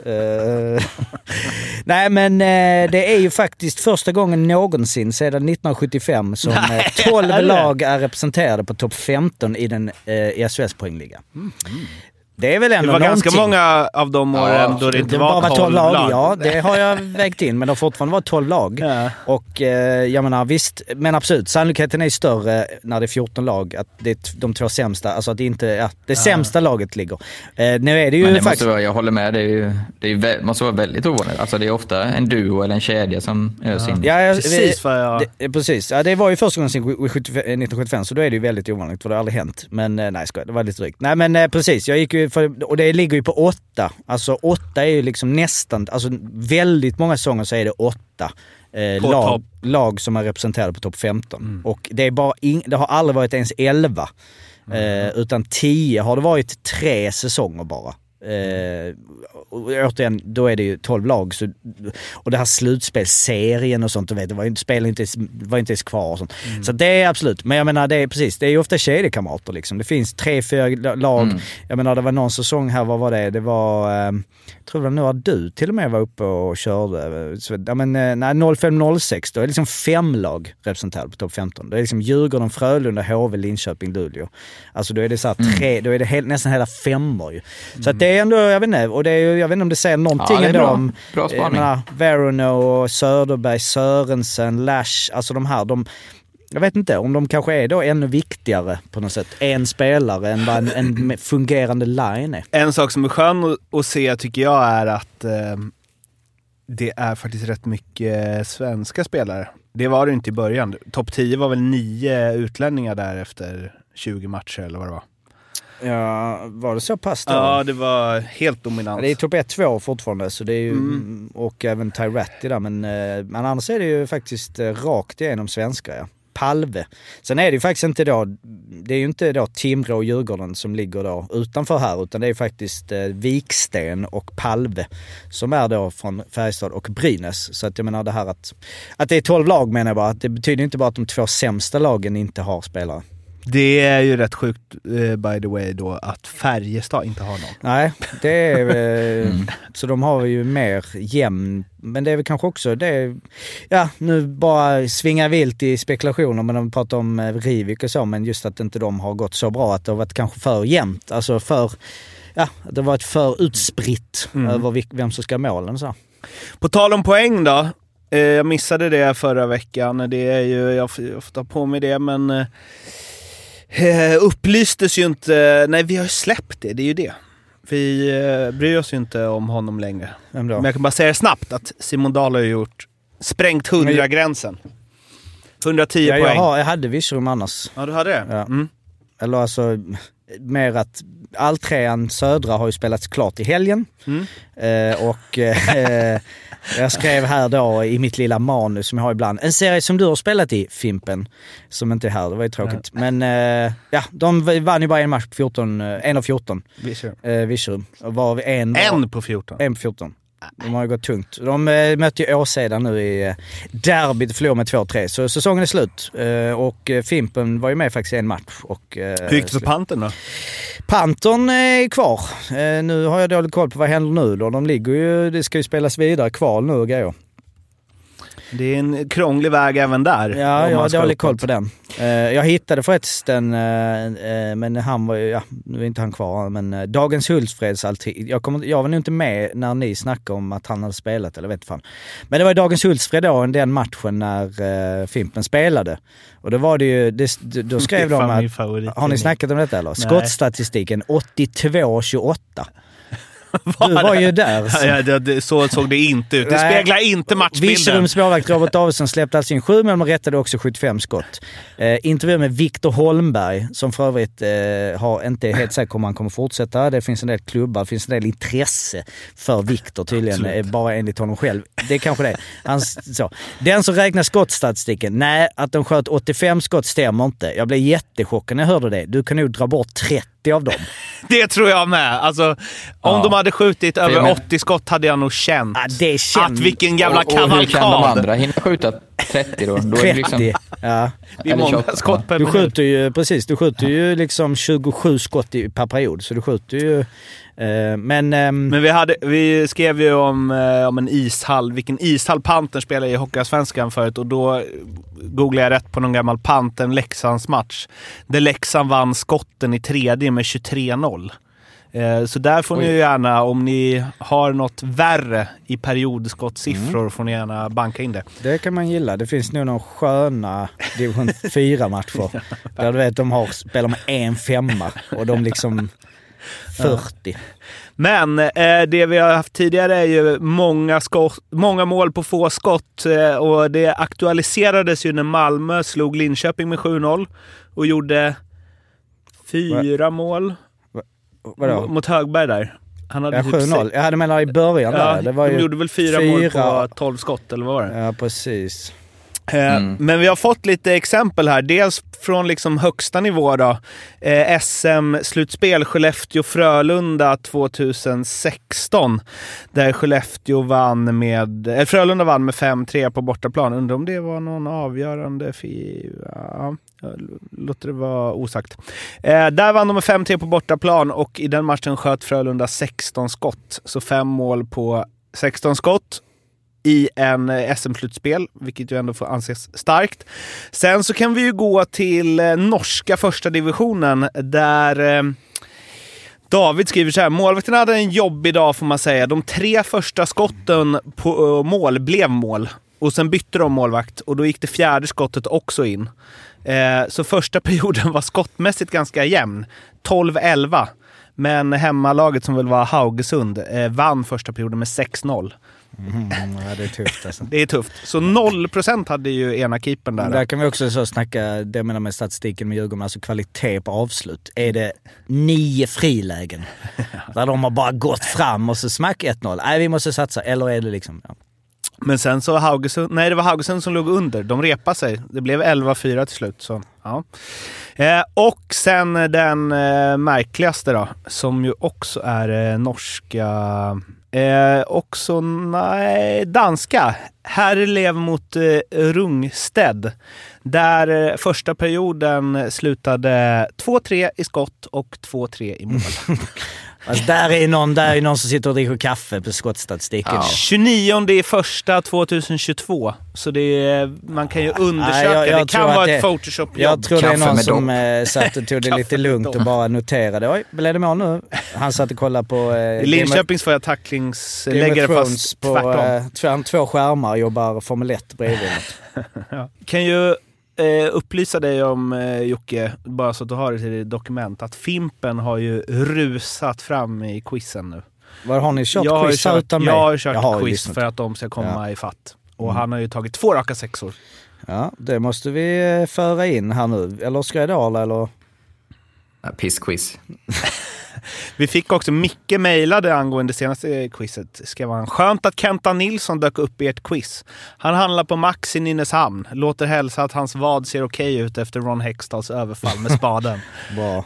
Nej, men eh, det är ju faktiskt första gången någonsin sedan nittonhundrasjuttiofem som Nej, tolv är lag är representerade på topp femton i den eh, i S H S-poängliga. Mm. Mm. Det är väl ändå det var någonting. Ganska många av de åren ja, då det inte det var, var tolv lag. lag. Ja, det har jag vägt in, men det har fortfarande varit tolv lag. Ja. Och eh, jag menar visst, men absolut, sannolikheten är större när det är fjorton lag att det är de två sämsta, alltså att det inte ja, det ja. sämsta laget ligger. Eh, nu är det ju men det faktiskt... måste vara, jag håller med, det är ju, det är vä- måste vara väldigt ovanligt. Alltså det är ofta en duo eller en kedja som ös in. Ja, ja, precis vad jag... det, precis. Ja, det var ju första gången sedan nittonhundrasjuttiofem, så då är det ju väldigt ovanligt, för det har aldrig hänt. Men eh, nej, ska det var lite drygt. Nej, men eh, precis, jag gick ju för, och det ligger ju på åtta. Alltså åtta är ju liksom nästan, alltså väldigt många säsonger så är det åtta eh, lag, lag som är representerade på topp femton. Mm. Och det är bara in, det har aldrig varit ens elva. Mm. Eh, utan tio har det varit tre säsonger bara. Eh, och återigen, då är det ju tolv lag så, och det här slutspelserien och sånt, du vet, det var ju inte, spel inte, var inte ens kvar och sånt. Mm. Så det är absolut, men jag menar det är precis, det är ju ofta kedjekamrater liksom. Det finns tre, fyra lag. Mm. Jag menar det var någon säsong här, vad var det? Det var eh, jag tror det var nu att du till och med var uppe och körde. Så, ja, men nej, noll fem noll sex, då är det liksom fem lag representerade på topp femton. Det är liksom Djurgården, Frölunda, H V, Linköping, Luleå. Alltså då är det så här tre, mm. då är det helt, nästan hela femmor ju. Så att det är ändå, jag vet inte, och det är ju, jag vet inte om det säger någonting ja, ändå om bra spaning. Verono, Söderberg, Sörensen, Lash, alltså de här, de, jag vet inte om de kanske är då ännu viktigare på något sätt, en spelare än vad en, en fungerande line är. En sak som är skön att se tycker jag är att eh, det är faktiskt rätt mycket svenska spelare. Det var det inte i början. Topp tio var väl nio utlänningar där efter tjugo matcher eller vad det var. Ja, var det så pass då? Ja, det var helt dominant. Ja, det är topp ett två fortfarande, så det är ju, mm. och även Tyratti där, men, men annars är det ju faktiskt rakt igenom svenska, ja. Palve. Sen är det ju faktiskt inte då, det är ju inte då Timrå och Djurgården som ligger då utanför här, utan det är faktiskt eh, Viksten och Palve som är då från Färjestad och Brynäs. Så att jag menar det här att, att det är tolv lag menar jag bara, att det betyder inte bara att de två sämsta lagen inte har spelare. Det är ju rätt sjukt, uh, by the way, då att Färjestad inte har någon. Nej, det är uh, mm. så de har ju mer jämn, men det är väl kanske också det är, ja, nu bara svinga vilt i spekulationer, men de pratar om uh, Rivik och så, men just att inte de har gått så bra, att det har varit kanske för jämnt, alltså för, ja, det har varit för utspritt mm. över vem som ska målen så. På tal om poäng då, uh, jag missade det förra veckan, det är ju, jag får ta på mig det, men uh, Uh, upplystes ju inte, nej vi har ju släppt det, det är ju det. Vi uh, bryr oss ju inte om honom längre. Men jag kan bara säga snabbt att Simon Dahl har gjort sprängt hundra-gränsen. hundratio ja, poäng. Jag, har, jag hade Virserum annars. Ja, du hade det? Ja. Mm. Eller alltså, mer att alltrean södra har ju spelats klart i helgen. Mm. Uh, och uh, jag skrev här då i mitt lilla manus som jag har ibland. En serie som du har spelat i, Fimpen. Som inte är här, det var ju tråkigt. Ja. Men uh, ja, de vann ju bara en match på fjorton, en av fjorton. Virserum. Uh, Virserum. Var en, en på fjorton? En på fjorton. De har ju gått tungt. De äh, möter ju Åseda nu i äh, derbyt och förlorar med två tre. Så säsongen är slut. Äh, och äh, Fimpen var ju med faktiskt i en match. Och, äh, hur gick det för Pantern då? Pantern är kvar. Äh, nu har jag dåligt koll på vad händer nu då. De ligger ju, det ska ju spelas vidare kvar nu och grejer. Det är en krånglig väg även där. Ja, jag har dålig koll på den. Uh, jag hittade förresten, uh, uh, men han var ju, ja, nu är inte han kvar, men uh, Dagens Hultsfreds alltid. Jag, kom, jag var nog inte med när ni snackade om att han hade spelat, eller vet fan. Men det var Dagens Hultsfred då, den matchen när uh, Fimpen spelade. Och då var det ju, det, då skrev de att, har ni snackat om detta eller? Nej. Skottstatistiken åttiotvå tjugoåtta. Var du var det? Ju där. Ja, det, det, så såg det inte ut. Det Nej. Speglar inte matchbilden. Virserums målvakt Robert Davidsson släppte alltså in sju, men man rättade också sjuttiofem skott. Eh, intervju med Viktor Holmberg, som för övrigt eh, har inte helt säker om han kommer fortsätta. Det finns en del klubbar, det finns en del intresse för Viktor tydligen, eh, bara enligt honom själv. Det är kanske det. Han, så. Den som räknar skottstatistiken, nej, att de sköt åttiofem skott stämmer inte. Jag blev jättechockad när jag hörde det. Du kan nog dra bort trettio av dem. Det tror jag med. Alltså, om ja. de hade skjutit över men... åttio skott hade jag nog känt, ja, det känd... att vilken jävla kavalkad. Och, och hur kan de andra hinna skjuta trettio då? Då är det liksom... trettio, ja. Det är många skott per du skjuter ju, precis, du skjuter ju liksom tjugosju skott i, per period, så du skjuter ju... Uh, men um... men vi, hade, vi skrev ju om, uh, om en ishall, vilken ishall Pantern spelar i Hockeyallsvenskan förut, och då googlade jag rätt på någon gammal Pantern-Leksands match där Leksand vann skotten i tredje med tjugotre noll. Uh, så där får Oj. ni ju gärna, om ni har något värre i periodskottsiffror, mm. får ni gärna banka in det. Det kan man gilla. Det finns nog någon sköna division fyra matcher där du vet de har spelar med en femma och de liksom fyrtio. Men eh, det vi har haft tidigare är ju många, skott, många mål på få skott, eh, och det aktualiserades ju när Malmö slog Linköping med sju noll och gjorde fyra Va? mål Va? Vadå? mot Högberg där. Han hade ja, typ sju noll. Jag hade menat i början ja, där. Det var de ju gjorde väl fyra, fyra mål på tolv skott, eller vad var det? Ja, precis. Mm. Men vi har fått lite exempel här. Dels från liksom högsta nivå då. Eh, S M-slutspel Skellefteå-Frölunda tjugohundrasexton. Där Skellefteå vann med... Eh, Frölunda vann med fem tre på bortaplan. Undrar om det var någon avgörande... Fi, ja, låter det vara osagt. Eh, där vann de med fem tre på bortaplan, och i den matchen sköt Frölunda sexton skott. Så fem mål på sexton skott i en S M-slutspel, vilket ju ändå får anses starkt. Sen så kan vi ju gå till eh, norska första divisionen, där eh, David skriver så här: målvakten hade en jobbig dag, får man säga. De tre första skotten på uh, mål blev mål, och sen bytte de målvakt, och då gick det fjärde skottet också in. Eh, så första perioden var skottmässigt ganska jämn, tolv elva, men hemmalaget, som väl var Haugesund, eh, vann första perioden med sex noll. Mm, ja, det är tufft alltså. Det är tufft. Så noll procent hade ju ena keepern där. Där kan vi också så snacka, det menar med statistiken med Djurgården, alltså kvalitet på avslut. Är det nio frilägen där de har bara gått fram och så smack ett noll? Nej, vi måste satsa. Eller är det liksom... Ja. Men sen så Haugesund, nej det var Haugesund som låg under. De repade sig. Det blev elva fyra till slut. Så, ja. eh, och sen den eh, märkligaste då, som ju också är eh, norska, eh, också nej, danska. Herlev mot eh, Rungsted. Där eh, första perioden slutade två tre i skott och två tre i mål. Alltså där är någon där är någon som sitter och dricker kaffe på skottstatistiken. Ja. tjugonionde i första tjugohundratjugotvå. Så det är, man kan ju undersöka. Nej, jag, jag det kan vara det, ett Photoshop-jobb. Jag tror Kaffe det är någon med som äh, satt och tog det lite lugnt och bara noterade. Oj, blev det mål nu? Han satt och kollade på... Äh, Linköpings får jag tacklingsläggare fast på, tvärtom. Äh, två skärmar och jobbar Formel ett bredvid. Ja. Kan ju eh, upplysa dig om, eh, Jocke, bara så att du har det till dokument, att Fimpen har ju rusat fram i quizen nu. Vad har ni kört jag quiz har kört, utan mig? Jag har kört jag har quiz lyssnat. för att de ska komma ja. i fatt. Och mm. han har ju tagit två raka sexor. Ja, det måste vi föra in här nu. Eller ska jag då, eller? Ja, pissquiz. Vi fick också Micke mejlade angående senaste quizet. Skrev han: skönt att Kenta Nilsson dök upp i ett quiz. Han handlar på Max i Nynäshamn. Låter hälsa att hans vad ser okej ut efter Ron Hextalls överfall med spaden. Bra.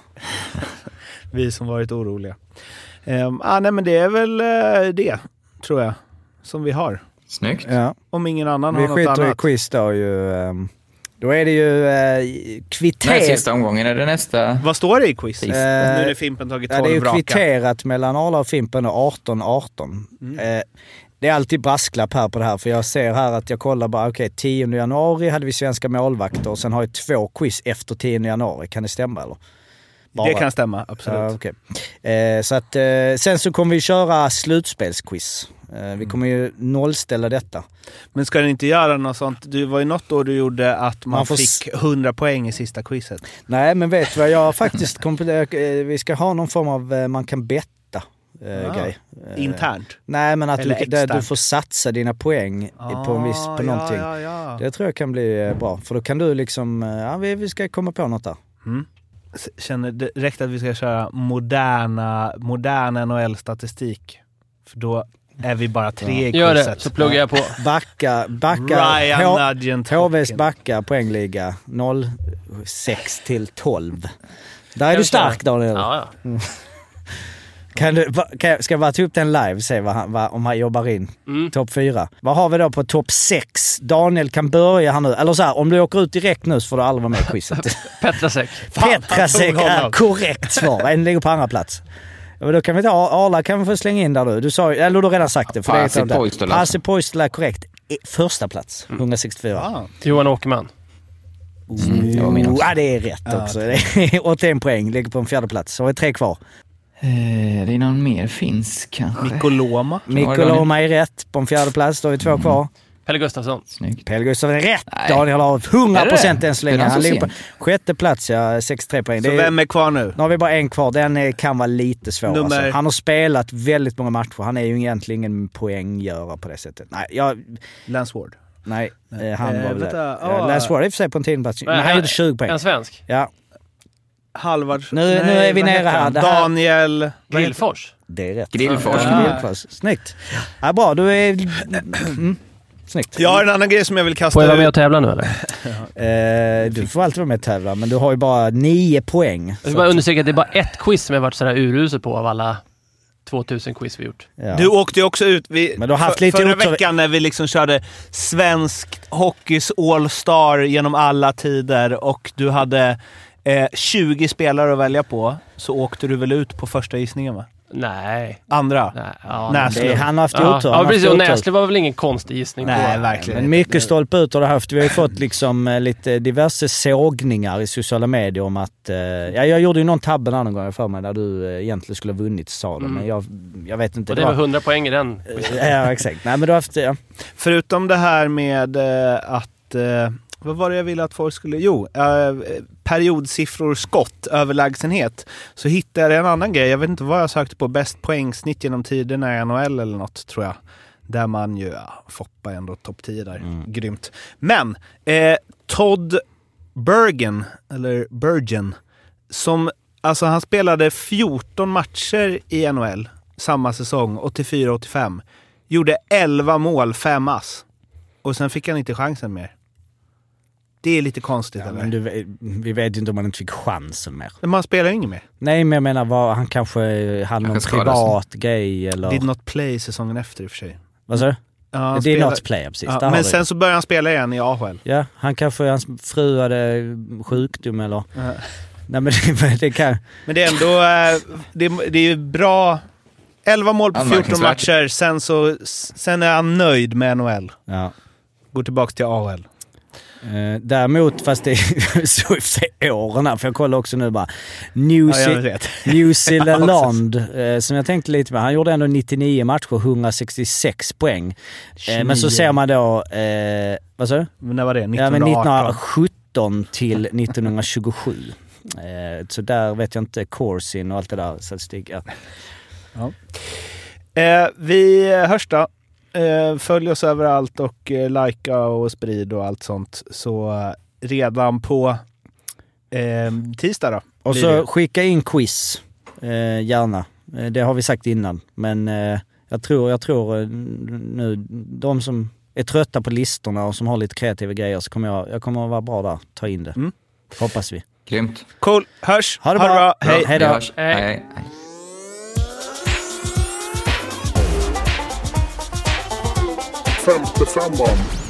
Vi som varit oroliga. Um, ah, nej men det är väl uh, det, tror jag, som vi har. Snyggt. Ja. Om ingen annan vi har något annat. Vi skiter i quiz då ju... Um... Då är det ju eh, kvitterat. Nej, sista omgången är det nästa. Vad står det i quiz? Eh, nu är Fimpen tagit tolv ja, det är ju raka. kvitterat mellan Arla och Fimpen och arton arton. Mm. Eh, det är alltid brasklapp här på det här. För jag ser här att jag kollar bara, okej, okay, tionde januari hade vi svenska målvakter. Och sen har jag två quiz efter tionde januari. Kan det stämma eller? Bara. Det kan stämma, absolut. Ja, okay. eh, så att, eh, sen så kommer vi köra slutspelsquiz. Eh, vi kommer ju nollställa detta. Men ska du inte göra något sånt? Det var ju något år du gjorde att man, man får fick hundra poäng i sista quizet. Nej, men vet du vad? Jag har faktiskt kom på det. Vi ska ha någon form av man kan betta eh, ja. grej. Internt? Nej, men att du, där du får satsa dina poäng ah, på en viss på någonting. Ja, ja, ja. Det tror jag kan bli bra. För då kan du liksom, ja, vi, vi ska komma på något där. Mm. Känner direkt att vi ska köra moderna, modern N H L-statistik. För då är vi bara tre ja. i quizet. Gör det, så pluggar jag på. Backa, backa. H- H V:s backa poängliga noll sex till tolv. Där är kan du stark, Daniel. Ja, ja. Mm. Kan du, kan jag, ska jag bara ta upp den live se vad han, vad, om han jobbar in. Mm. Topp fyra. Vad har vi då på topp sex? Daniel kan börja här nu. Eller så här, om du åker ut direkt nu så får du aldrig vara med i quizet. Petrasek. Petrasek är korrekt svar. En ligger på andra plats. Ja, då kan vi ta Arla, kan vi få slänga in där nu. Du sa, eller du har redan sagt det. För Pasi det Poistola. Pasi Poistola är korrekt. Första plats, mm. etthundrasextiofyra. Ah. Johan Åkerman. Mm. Det var min också. Ja, det är rätt ah, också. Det är åttioen poäng, ligger på en fjärde plats. Så är tre kvar. Eh, det är någon mer finns kanske. Mikko Loma. Mikko Loma är rätt på en fjärde plats. Då har vi två mm. kvar. Pelle Gustafsson. Snyggt. Pelle Gustafsson är rätt. Nej. Daniel har hundra procent än så länge. Han ligger på sjätte plats, ja, sextiotre poäng. Så är, vem är kvar nu? Nu har vi bara en kvar. Den är, kan vara lite svår. Nummer... Alltså. Han har spelat väldigt många matcher. Han är ju egentligen ingen poänggörare på det sättet. Nej, jag... Lance Ward. Nej, Nej. han eh, var väl där. Oh. Lance Ward är för sig på en tionde Men han gjorde tjugo poäng. En svensk? Ja. Halvard. Nu, nu är vi nere här. Det här. Daniel Grillfors. Det är rätt. Grillfors. Ja. Grillfors. Snyggt. Ja, bra. Du är... Mm. Snyggt. Jag har en annan grej som jag vill kasta Får jag vara ut. med och tävla nu eller? eh, du får alltid vara med och tävla, men du har ju bara nio poäng. Jag vill bara undersöka att det är bara ett quiz som jag varit sådär urusel på av alla tvåtusen quiz vi gjort. Ja. Du åkte ju också ut vi, men du har haft för, lite förra otur... veckan när vi liksom körde svensk hockeys all-star genom alla tider och du hade eh, tjugo spelare att välja på, så åkte du väl ut på första gissningen, va? Nej. Andra? Nej. Ja, Näslöv. Han har haft ja. otur. Ja, precis. Och Näslöv var väl ingen konstig gissning. Nej, på. verkligen. Men mycket stolpe ut har det haft. Vi har ju fått liksom lite diverse sågningar i sociala medier om att... Eh, ja, jag gjorde ju någon tabben annan gång för mig där du eh, egentligen skulle ha vunnit, sa det. Mm. Men jag, jag vet inte. Och det var hundra poäng i den. Ja, exakt. Nej, men du har haft... Ja. Förutom det här med eh, att... Eh, vad var det jag ville att folk skulle... Jo, eh, periodsiffror, skott, överlägsenhet. Så hittade jag en annan grej. Jag vet inte vad jag sökte på. Bäst poängsnitt genom tiderna i N H L eller något, tror jag. Där man ju... Ja, Foppa är ändå topp tio där. Mm. Grymt. Men eh, Todd Bergen, eller Bergen, som... Alltså han spelade fjorton matcher i N H L samma säsong, åttiofyra åttiofem. Gjorde elva mål, fem ass. Och sen fick han inte chansen mer. Det är lite konstigt. Ja, eller? men du, vi vet ju inte om han inte fick chansen mer. Men man spelar ju inget mer. Nej, men jag menar, var, han kanske hade någon privat grej eller... Did not play säsongen efter i och för sig. Vad sa du? Ja, det spelar... är not play, precis. Ja, men sen det. Så började han spela igen i A H L. Ja, han kanske, hans fru hade sjukdom eller... Ja. Nej, men det, det kan... Men det är ändå... Det, det är ju bra... elva mål på fjorton matcher. Sen, så, sen är han nöjd med N H L. Ja. Går tillbaka till A H L. Eh, däremot, fast det är så i sig åren här, för jag kollar också nu bara New, ja, New Zealand eh, som jag tänkte lite med, han gjorde ändå nittionio matcher, etthundrasextiosex poäng. Eh, men så ser man då eh, vad sa du? Men när var det? nittonhundraarton? Ja, men nittonhundrasjutton till nittonhundratjugosju. eh, så där vet jag inte Corsin och allt det där statistik. Ja. Ja. Eh, vi hörs då. Eh, följ oss överallt och eh, likea och sprid och allt sånt. Så eh, redan på eh, tisdag då. Och så det. Skicka in quiz. Eh, gärna. Eh, det har vi sagt innan. Men eh, jag tror, jag tror eh, nu, de som är trötta på listorna och som har lite kreativa grejer, så kommer jag, jag kommer att vara bra där. Ta in det. Mm. Hoppas vi. Grymt. Cool. Hörs. Ha det bra. Ha det bra. Hej. Hej då. Hej. Hej. femtiofem